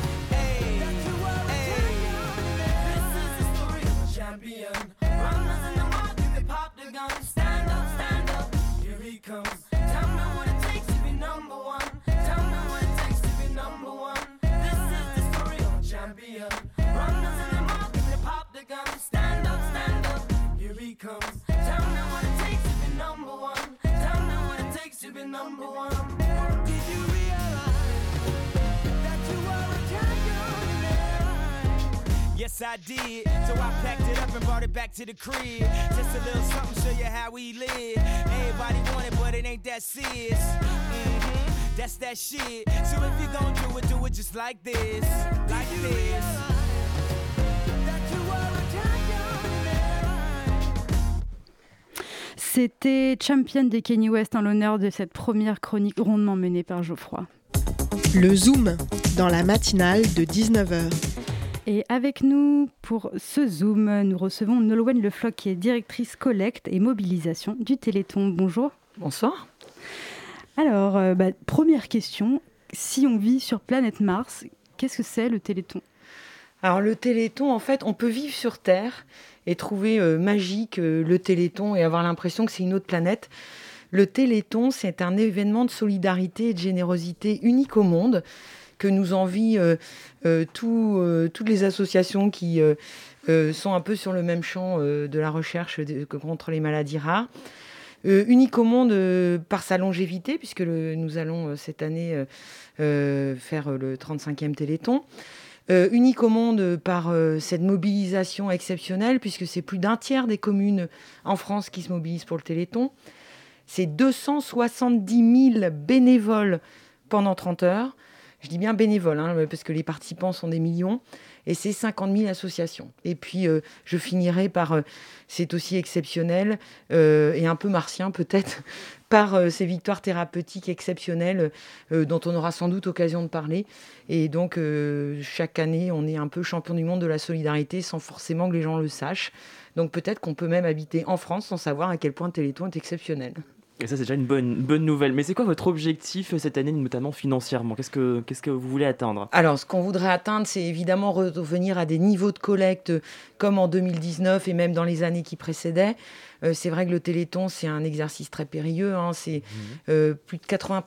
This is the story of a champion. Runners in the market, they pop the gun. Stand up, here he comes. Tell me what it takes to be number one. Tell me what it takes to be number one. This is the story of a champion. Runners in the market, they pop the gun. Stand up, here he comes. Tell me what it takes to be number one. Tell me what it takes to be number one. Did you realize that you are a champion? Yes, I did. So I packed it up and brought it back to the crib. Just a little something, show you how we live. Everybody want it, but it ain't that serious. That's that shit. So if you gon' do it just like this. Like this. C'était Champion de Kanye West en l'honneur de cette première chronique rondement menée par Geoffroy. Le Zoom, dans la matinale de 19h. Et avec nous pour ce Zoom, nous recevons Nolwenn Le Floch qui est directrice collecte et mobilisation du Téléthon. Bonjour. Bonsoir. Alors, première question, si on vit sur planète Mars, qu'est-ce que c'est le Téléthon ? Alors le Téléthon, en fait, on peut vivre sur Terre et trouver magique le Téléthon et avoir l'impression que c'est une autre planète. Le Téléthon, c'est un événement de solidarité et de générosité unique au monde que nous envient toutes les associations qui sont un peu sur le même champ de la recherche contre les maladies rares. Unique au monde par sa longévité, puisque nous allons cette année faire le 35e Téléthon. Unique au monde par cette mobilisation exceptionnelle, puisque c'est plus d'un tiers des communes en France qui se mobilisent pour le Téléthon. C'est 270 000 bénévoles pendant 30 heures. Je dis bien bénévoles, parce que les participants sont des millions. Et c'est 50 000 associations. Et puis, je finirai par, c'est aussi exceptionnel, et un peu martien peut-être, par ces victoires thérapeutiques exceptionnelles dont on aura sans doute occasion de parler. Et donc, chaque année, on est un peu champion du monde de la solidarité sans forcément que les gens le sachent. Donc peut-être qu'on peut même habiter en France sans savoir à quel point le Téléthon est exceptionnel. Et ça, c'est déjà une bonne nouvelle. Mais c'est quoi votre objectif cette année, notamment financièrement ? Qu'est-ce que vous voulez atteindre ? Alors, ce qu'on voudrait atteindre, c'est évidemment revenir à des niveaux de collecte comme en 2019 et même dans les années qui précédaient. C'est vrai que le Téléthon, c'est un exercice très périlleux. C'est près de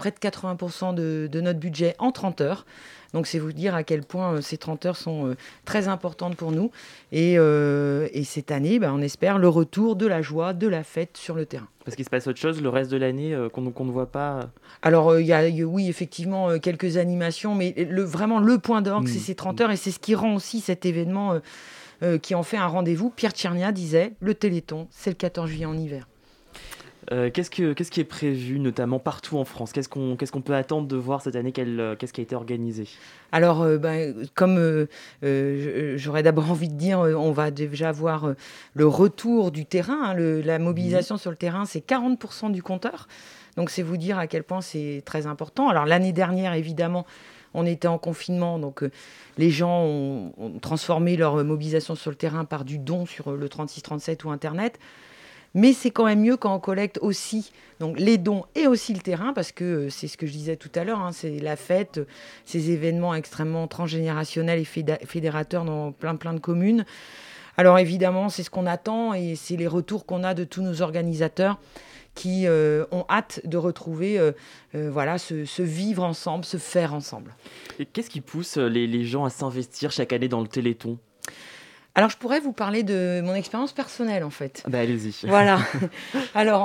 80% de notre budget en 30 heures. Donc, c'est vous dire à quel point ces 30 heures sont très importantes pour nous. Et cette année, on espère le retour de la joie, de la fête sur le terrain. Parce qu'il se passe autre chose le reste de l'année qu'on ne voit pas. Alors, il y a, oui, effectivement, quelques animations, mais vraiment le point d'orgue, c'est ces 30 heures. Et c'est ce qui rend aussi cet événement qui en fait un rendez-vous. Pierre Tchernia disait, le Téléthon, c'est le 14 juillet en hiver. Qu'est-ce qui est prévu, notamment partout en France ? Qu'est-ce qu'on peut attendre de voir cette année ? Qu'est-ce qui a été organisé ? Alors, comme j'aurais d'abord envie de dire, on va déjà voir le retour du terrain. La mobilisation sur le terrain, c'est 40% du compteur. Donc, c'est vous dire à quel point c'est très important. Alors, l'année dernière, évidemment, on était en confinement, donc les gens ont transformé leur mobilisation sur le terrain par du don sur le 36-37 ou Internet. Mais c'est quand même mieux quand on collecte aussi donc les dons et aussi le terrain, parce que c'est ce que je disais tout à l'heure, c'est la fête, ces événements extrêmement transgénérationnels et fédérateurs dans plein de communes. Alors évidemment, c'est ce qu'on attend et c'est les retours qu'on a de tous nos organisateurs qui ont hâte de retrouver ce vivre ensemble, ce faire ensemble. Et qu'est-ce qui pousse les gens à s'investir chaque année dans le Téléthon ? Alors, je pourrais vous parler de mon expérience personnelle, en fait. Allez-y. Voilà. Alors, en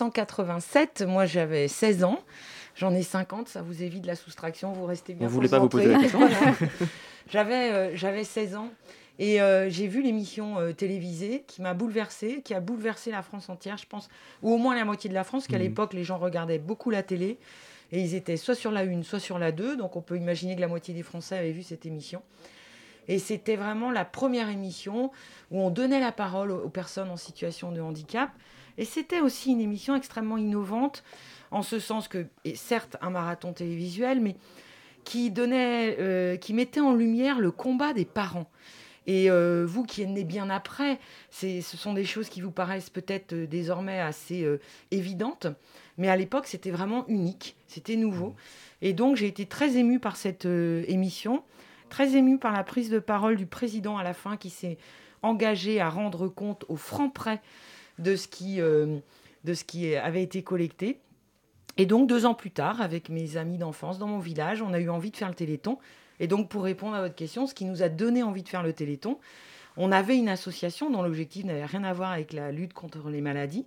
1987, moi, j'avais 16 ans. J'en ai 50, ça vous évite la soustraction, vous restez bien concentrés. On ne voulait pas vous poser la question. J'avais 16 ans et j'ai vu l'émission télévisée qui m'a bouleversée, qui a bouleversé la France entière, je pense, ou au moins la moitié de la France, parce qu'à l'époque, les gens regardaient beaucoup la télé et ils étaient soit sur la 1, soit sur la 2. Donc, on peut imaginer que la moitié des Français avaient vu cette émission. Et c'était vraiment la première émission où on donnait la parole aux personnes en situation de handicap. Et c'était aussi une émission extrêmement innovante, en ce sens que, et certes, un marathon télévisuel, mais qui mettait en lumière le combat des parents. Et vous qui êtes nés bien après, ce sont des choses qui vous paraissent peut-être désormais assez évidentes, mais à l'époque, c'était vraiment unique, c'était nouveau. Et donc, j'ai été très émue par cette émission, très émue par la prise de parole du président à la fin, qui s'est engagé à rendre compte au franc près de ce qui avait été collecté. Et donc, 2 ans plus tard, avec mes amis d'enfance dans mon village, on a eu envie de faire le Téléthon. Et donc, pour répondre à votre question, ce qui nous a donné envie de faire le Téléthon, on avait une association dont l'objectif n'avait rien à voir avec la lutte contre les maladies.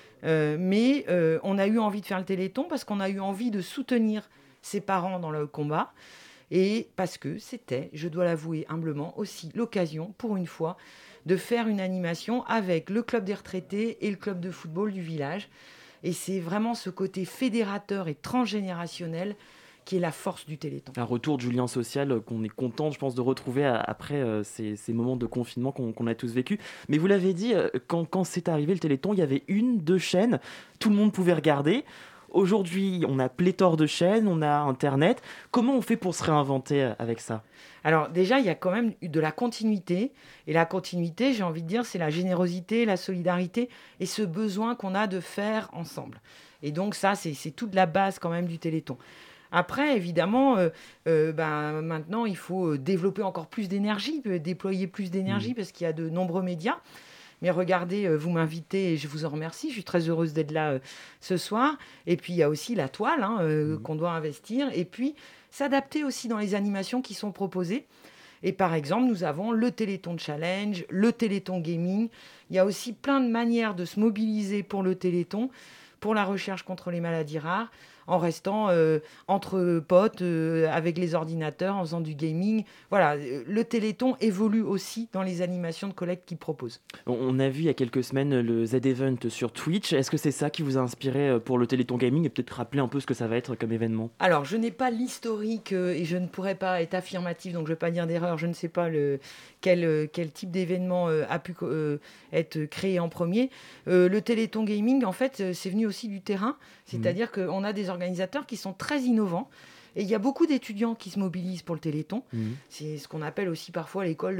Mais on a eu envie de faire le Téléthon parce qu'on a eu envie de soutenir ses parents dans le combat. Et parce que c'était, je dois l'avouer humblement, aussi l'occasion, pour une fois, de faire une animation avec le club des retraités et le club de football du village. Et c'est vraiment ce côté fédérateur et transgénérationnel qui est la force du Téléthon. Un retour du lien social qu'on est content, je pense, de retrouver après ces moments de confinement qu'on a tous vécu. Mais vous l'avez dit, quand c'est arrivé le Téléthon, il y avait 1-2 chaînes, tout le monde pouvait regarder. Aujourd'hui, on a pléthore de chaînes, on a Internet. Comment on fait pour se réinventer avec ça ? Alors déjà, il y a quand même de la continuité. Et la continuité, j'ai envie de dire, c'est la générosité, la solidarité et ce besoin qu'on a de faire ensemble. Et donc ça, c'est toute la base quand même du Téléthon. Après, évidemment, maintenant, il faut développer encore plus d'énergie, déployer plus d'énergie parce qu'il y a de nombreux médias. Mais regardez, vous m'invitez et je vous en remercie. Je suis très heureuse d'être là ce soir. Et puis, il y a aussi la toile qu'on doit investir. Et puis, s'adapter aussi dans les animations qui sont proposées. Et par exemple, nous avons le Téléthon Challenge, le Téléthon Gaming. Il y a aussi plein de manières de se mobiliser pour le Téléthon, pour la recherche contre les maladies rares, en restant entre potes, avec les ordinateurs, en faisant du gaming. Voilà, le Téléthon évolue aussi dans les animations de collecte qu'il propose. On a vu il y a quelques semaines le Z-Event sur Twitch. Est-ce que c'est ça qui vous a inspiré pour le Téléthon Gaming et peut-être rappeler un peu ce que ça va être comme événement ? Alors, je n'ai pas l'historique et je ne pourrais pas être affirmative, donc je ne vais pas dire d'erreur. Je ne sais pas quel type d'événement a pu être créé en premier. Le Téléthon Gaming, en fait, c'est venu aussi du terrain. C'est-à-dire qu'on a des organisateurs qui sont très innovants. Et il y a beaucoup d'étudiants qui se mobilisent pour le Téléthon. C'est ce qu'on appelle aussi parfois l'école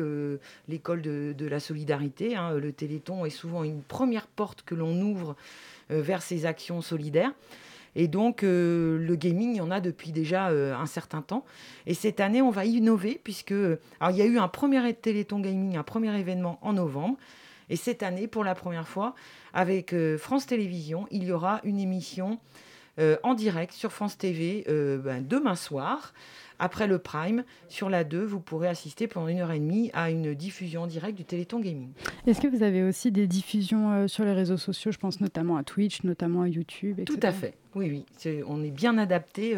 de la solidarité. Le Téléthon est souvent une première porte que l'on ouvre vers ces actions solidaires. Et donc, le gaming, il y en a depuis déjà un certain temps. Et cette année, on va innover puisque... Alors, il y a eu un premier Téléthon Gaming, un premier événement en novembre. Et cette année, pour la première fois, avec France Télévisions, il y aura une émission en direct sur France TV demain soir. Après le Prime, sur la 2, vous pourrez assister pendant 1h30 à une diffusion en direct du Téléthon Gaming. Est-ce que vous avez aussi des diffusions sur les réseaux sociaux ? Je pense notamment à Twitch, notamment à YouTube, etc. Tout à fait, oui. On est bien adapté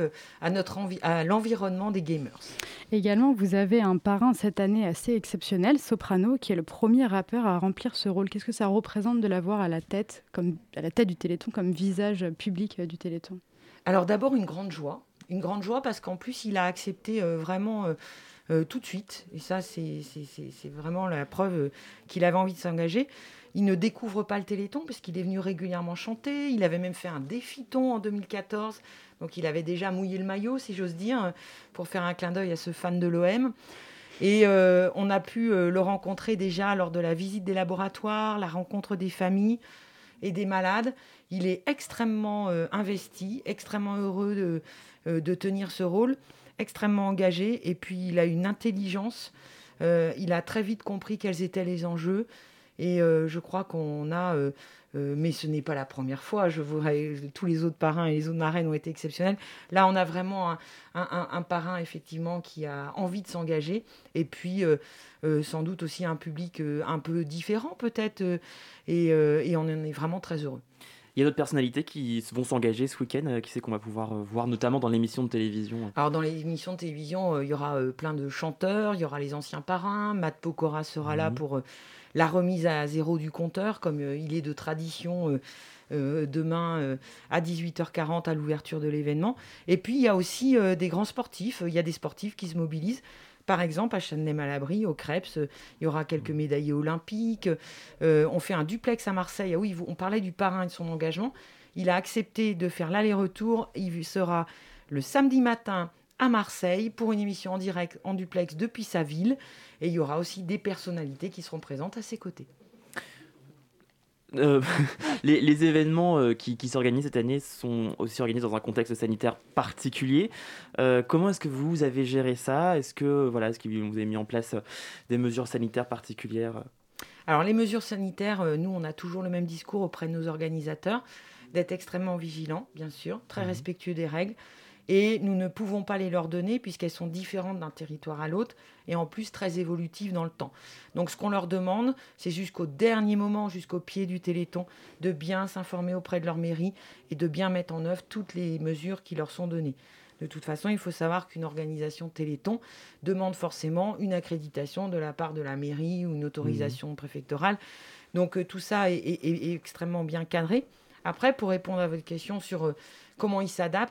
à l'environnement des gamers. Également, vous avez un parrain cette année assez exceptionnel, Soprano, qui est le premier rappeur à remplir ce rôle. Qu'est-ce que ça représente de l'avoir à la tête du Téléthon, comme visage public du Téléthon ? Alors d'abord, une grande joie parce qu'en plus, il a accepté vraiment tout de suite. Et ça, c'est vraiment la preuve qu'il avait envie de s'engager. Il ne découvre pas le Téléthon parce qu'il est venu régulièrement chanter. Il avait même fait un défi-ton en 2014. Donc, il avait déjà mouillé le maillot, si j'ose dire, pour faire un clin d'œil à ce fan de l'OM. Et on a pu le rencontrer déjà lors de la visite des laboratoires, la rencontre des familles et des malades. Il est extrêmement investi, extrêmement heureux de tenir ce rôle, extrêmement engagé. Et puis, il a une intelligence. Il a très vite compris quels étaient les enjeux. Et je crois qu'on a... mais ce n'est pas la première fois. Tous les autres parrains et les autres marraines ont été exceptionnels. Là, on a vraiment un parrain, effectivement, qui a envie de s'engager. Et puis, sans doute aussi un public un peu différent, peut-être. Et on en est vraiment très heureux. Il y a d'autres personnalités qui vont s'engager ce week-end, qui c'est qu'on va pouvoir voir, notamment dans l'émission de télévision. Alors, dans l'émission de télévision, il y aura plein de chanteurs, il y aura les anciens parrains. Matt Pokora sera là pour la remise à zéro du compteur, comme il est de tradition demain à 18h40 à l'ouverture de l'événement. Et puis, il y a aussi des grands sportifs. Il y a des sportifs qui se mobilisent. Par exemple, à Châtenay-Malabry, au Crêpes, il y aura quelques médaillés olympiques. On fait un duplex à Marseille. Ah oui, on parlait du parrain et de son engagement. Il a accepté de faire l'aller-retour. Il sera le samedi matin à Marseille pour une émission en direct, en duplex depuis sa ville. Et il y aura aussi des personnalités qui seront présentes à ses côtés. Les événements qui s'organisent cette année sont aussi organisés dans un contexte sanitaire particulier. Comment est-ce que vous avez géré ça ? Est-ce que vous avez mis en place des mesures sanitaires particulières ? Alors les mesures sanitaires, nous on a toujours le même discours auprès de nos organisateurs, d'être extrêmement vigilants, bien sûr, très respectueux des règles. Et nous ne pouvons pas les leur donner puisqu'elles sont différentes d'un territoire à l'autre et en plus très évolutives dans le temps. Donc ce qu'on leur demande, c'est jusqu'au dernier moment, jusqu'au pied du Téléthon, de bien s'informer auprès de leur mairie et de bien mettre en œuvre toutes les mesures qui leur sont données. De toute façon, il faut savoir qu'une organisation Téléthon demande forcément une accréditation de la part de la mairie ou une autorisation préfectorale. Donc tout ça est extrêmement bien cadré. Après, pour répondre à votre question sur comment ils s'adaptent,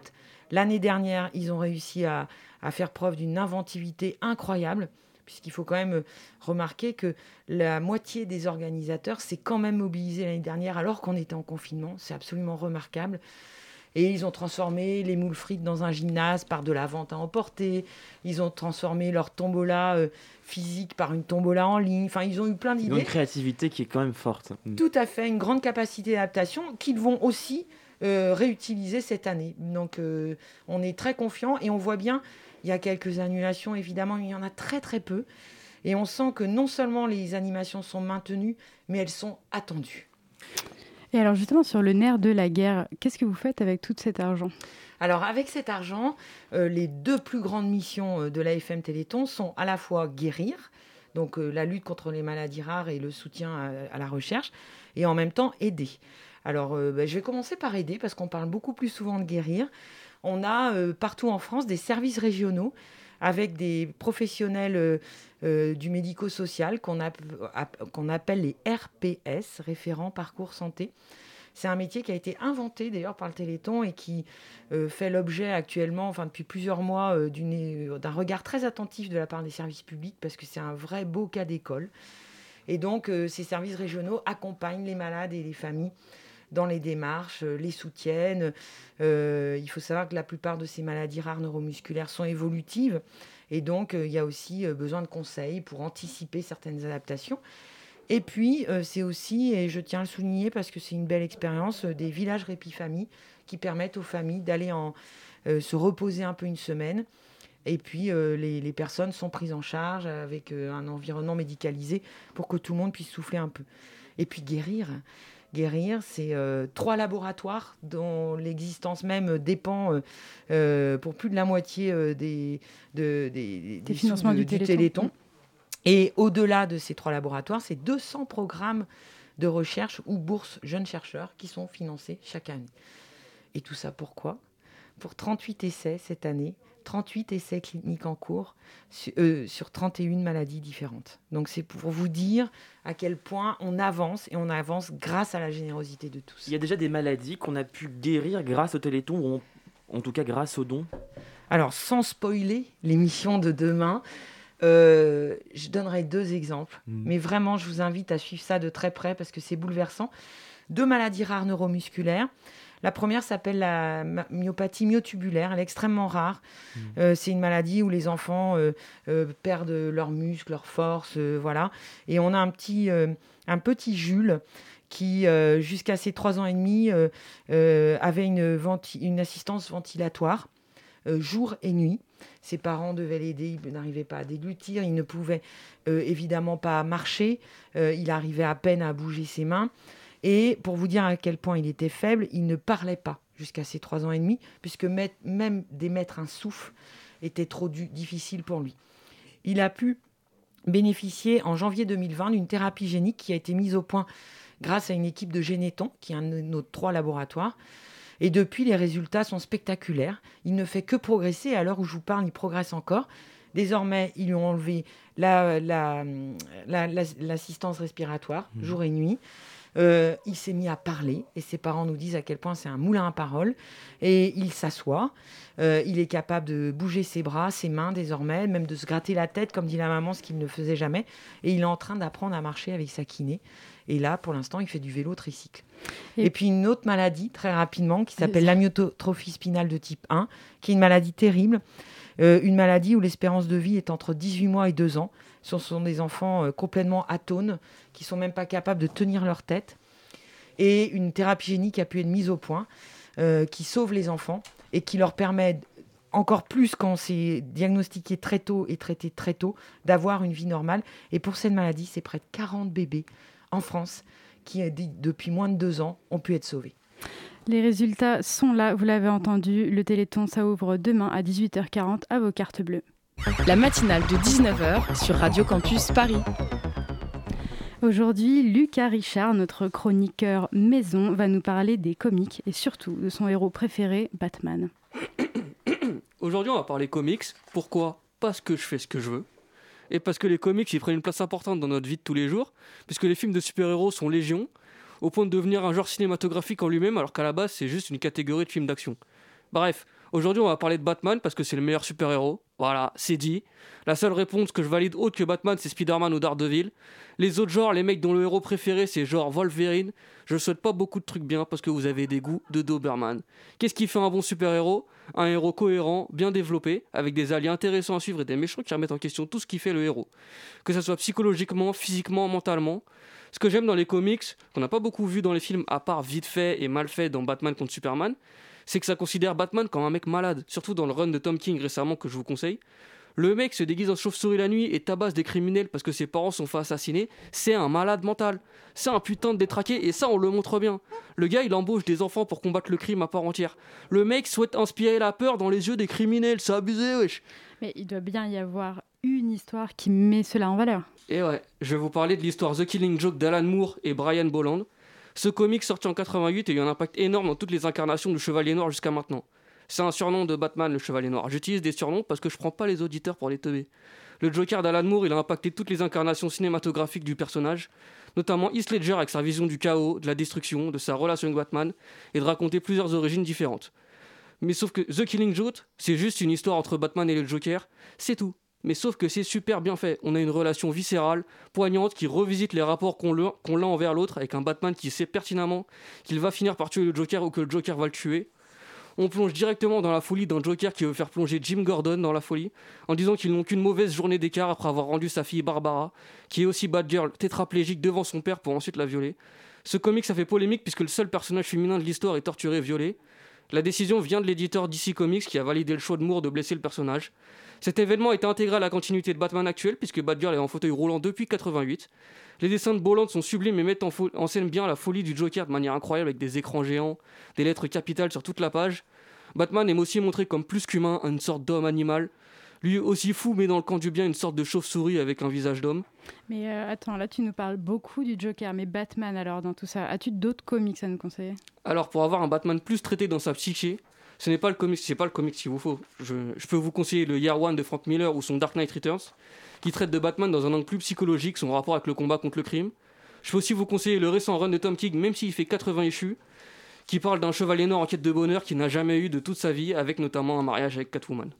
L'année dernière, ils ont réussi à faire preuve d'une inventivité incroyable, puisqu'il faut quand même remarquer que la moitié des organisateurs s'est quand même mobilisée l'année dernière alors qu'on était en confinement. C'est absolument remarquable. Et ils ont transformé les moules frites dans un gymnase par de la vente à emporter. Ils ont transformé leur tombola physique par une tombola en ligne. Enfin, ils ont eu plein d'idées. Une créativité qui est quand même forte. Tout à fait, une grande capacité d'adaptation qu'ils vont aussi réutiliser cette année. Donc, on est très confiants et on voit bien, il y a quelques annulations évidemment, mais il y en a très très peu. Et on sent que non seulement les animations sont maintenues, mais elles sont attendues. Et alors justement, sur le nerf de la guerre, qu'est-ce que vous faites avec tout cet argent ? Alors avec cet argent, les 2 plus grandes missions de l'AFM Téléthon sont à la fois guérir, donc la lutte contre les maladies rares et le soutien à la recherche, et en même temps aider. Alors je vais commencer par aider, parce qu'on parle beaucoup plus souvent de guérir. On a partout en France des services régionaux avec des professionnels du médico-social qu'on appelle les RPS, référents parcours santé. C'est un métier qui a été inventé d'ailleurs par le Téléthon et qui fait l'objet actuellement, depuis plusieurs mois, d'un regard très attentif de la part des services publics, parce que c'est un vrai beau cas d'école. Et donc ces services régionaux accompagnent les malades et les familles dans les démarches, les soutiennent. Il faut savoir que la plupart de ces maladies rares neuromusculaires sont évolutives. Et donc, il y a aussi besoin de conseils pour anticiper certaines adaptations. Et puis, c'est aussi, et je tiens à le souligner parce que c'est une belle expérience, des villages répit-famille qui permettent aux familles d'aller se reposer un peu une semaine. Et puis, les personnes sont prises en charge avec un environnement médicalisé pour que tout le monde puisse souffler un peu. Et puis, guérir, c'est 3 laboratoires dont l'existence même dépend pour plus de la moitié des financements du Téléthon. Et au-delà de ces 3 laboratoires, c'est 200 programmes de recherche ou bourses jeunes chercheurs qui sont financés chaque année. Et tout ça pourquoi ? Pour 38 essais cette année, 38 essais cliniques en cours sur 31 maladies différentes. Donc c'est pour vous dire à quel point on avance, et on avance grâce à la générosité de tous. Il y a déjà des maladies qu'on a pu guérir grâce au Téléthon, ou en tout cas grâce aux dons. Alors sans spoiler l'émission de demain, je donnerai 2 exemples. Mais vraiment, je vous invite à suivre ça de très près parce que c'est bouleversant. 2 maladies rares neuromusculaires. La première s'appelle la myopathie myotubulaire. Elle est extrêmement rare. C'est une maladie où les enfants perdent leurs muscles, leur force, voilà. Et on a un petit Jules qui, jusqu'à ses 3 ans et demi, avait une assistance ventilatoire jour et nuit. Ses parents devaient l'aider, il n'arrivait pas à déglutir, il ne pouvait évidemment pas marcher, il arrivait à peine à bouger ses mains. Et pour vous dire à quel point il était faible, il ne parlait pas jusqu'à ses 3 ans et demi, puisque même d'émettre un souffle était trop difficile pour lui. Il a pu bénéficier en janvier 2020 d'une thérapie génique qui a été mise au point grâce à une équipe de Généton, qui est un de nos 3 laboratoires. Et depuis, les résultats sont spectaculaires. Il ne fait que progresser. À l'heure où je vous parle, il progresse encore. Désormais, ils lui ont enlevé l'assistance respiratoire, jour et nuit. Il s'est mis à parler et ses parents nous disent à quel point c'est un moulin à parole. Et il s'assoit. Il est capable de bouger ses bras, ses mains désormais, même de se gratter la tête, comme dit la maman, ce qu'il ne faisait jamais. Et il est en train d'apprendre à marcher avec sa kiné. Et là, pour l'instant, il fait du vélo tricycle. Et puis une autre maladie, très rapidement, qui s'appelle l'amyotrophie spinale de type 1, qui est une maladie terrible. Une maladie où l'espérance de vie est entre 18 mois et 2 ans. Ce sont des enfants complètement atones, qui ne sont même pas capables de tenir leur tête. Et une thérapie génique a pu être mise au point, qui sauve les enfants et qui leur permet, encore plus quand c'est diagnostiqué très tôt et traité très tôt, d'avoir une vie normale. Et pour cette maladie, c'est près de 40 bébés en France qui, depuis moins de 2 ans, ont pu être sauvés. Les résultats sont là, vous l'avez entendu. Le Téléthon, ça ouvre demain à 18h40 à vos cartes bleues. La matinale de 19h sur Radio Campus Paris. Aujourd'hui, Lucas Richard, notre chroniqueur maison, va nous parler des comics et surtout de son héros préféré, Batman. Aujourd'hui, on va parler comics. Pourquoi ? Parce que je fais ce que je veux. Et parce que les comics, ils prennent une place importante dans notre vie de tous les jours, puisque les films de super-héros sont légion, au point de devenir un genre cinématographique en lui-même, alors qu'à la base, c'est juste une catégorie de films d'action. Bref, Aujourd'hui, on va parler de Batman parce que c'est le meilleur super-héros. Voilà, c'est dit. La seule réponse que je valide autre que Batman, c'est Spider-Man ou Daredevil. Les autres genres, les mecs dont le héros préféré, c'est genre Wolverine. Je souhaite pas beaucoup de trucs bien parce que vous avez des goûts de Doberman. Qu'est-ce qui fait un bon super-héros ? Un héros cohérent, bien développé, avec des alliés intéressants à suivre et des méchants qui remettent en question tout ce qui fait le héros. Que ce soit psychologiquement, physiquement, mentalement. Ce que j'aime dans les comics, qu'on n'a pas beaucoup vu dans les films, à part vite fait et mal fait dans Batman contre Superman, c'est que ça considère Batman comme un mec malade, surtout dans le run de Tom King récemment que je vous conseille. Le mec se déguise en chauve-souris la nuit et tabasse des criminels parce que ses parents sont fait assassiner, c'est un malade mental. C'est un putain de détraqué et ça on le montre bien. Le gars il embauche des enfants pour combattre le crime à part entière. Le mec souhaite inspirer la peur dans les yeux des criminels, c'est abusé wesh. Mais il doit bien y avoir une histoire qui met cela en valeur. Et ouais, je vais vous parler de l'histoire The Killing Joke d'Alan Moore et Brian Bolland. Ce comic sorti en 88 a eu un impact énorme dans toutes les incarnations du Chevalier Noir jusqu'à maintenant. C'est un surnom de Batman, le Chevalier Noir. J'utilise des surnoms parce que je prends pas les auditeurs pour les teubés. Le Joker d'Alan Moore, il a impacté toutes les incarnations cinématographiques du personnage, notamment Heath Ledger avec sa vision du chaos, de la destruction, de sa relation avec Batman, et de raconter plusieurs origines différentes. Mais sauf que The Killing Joke, c'est juste une histoire entre Batman et le Joker, c'est tout. Mais sauf que c'est super bien fait. On a une relation viscérale, poignante, qui revisite les rapports qu'on a envers l'autre, avec un Batman qui sait pertinemment qu'il va finir par tuer le Joker ou que le Joker va le tuer. On plonge directement dans la folie d'un Joker qui veut faire plonger Jim Gordon dans la folie, en disant qu'ils n'ont qu'une mauvaise journée d'écart après avoir rendu sa fille Barbara, qui est aussi Batgirl, tétraplégique devant son père pour ensuite la violer. Ce comic, ça fait polémique puisque le seul personnage féminin de l'histoire est torturé et violé. La décision vient de l'éditeur DC Comics qui a validé le choix de Moore de blesser le personnage. Cet événement est intégré à la continuité de Batman actuel puisque Batgirl est en fauteuil roulant depuis 88. Les dessins de Bolland sont sublimes et mettent en scène bien la folie du Joker de manière incroyable avec des écrans géants, des lettres capitales sur toute la page. Batman est aussi montré comme plus qu'humain, une sorte d'homme animal. Lui aussi fou mais dans le camp du bien, une sorte de chauve-souris avec un visage d'homme. Mais attends, là tu nous parles beaucoup du Joker, mais Batman alors dans tout ça, as-tu d'autres comics à nous conseiller ? Alors pour avoir un Batman plus traité dans sa psyché, c'est pas le comics qu'il vous faut. Je peux vous conseiller le Year One de Frank Miller ou son Dark Knight Returns, qui traite de Batman dans un angle plus psychologique, son rapport avec le combat contre le crime. Je peux aussi vous conseiller le récent run de Tom King, même s'il fait 80 issues, qui parle d'un chevalier noir en quête de bonheur qui n'a jamais eu de toute sa vie, avec notamment un mariage avec Catwoman.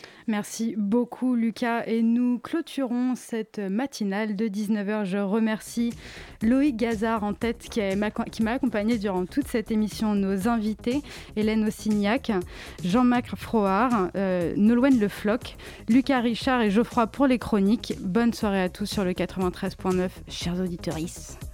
Merci beaucoup Lucas et nous clôturons cette matinale de 19h. Je remercie Loïc Gazard en tête qui m'a accompagné durant toute cette émission, nos invités Hélène Ossignac, Jean-Marc Frohard, Nolwenn Le Floch, Lucas Richard et Geoffroy pour les chroniques. Bonne soirée à tous sur le 93.9, chers auditeuristes.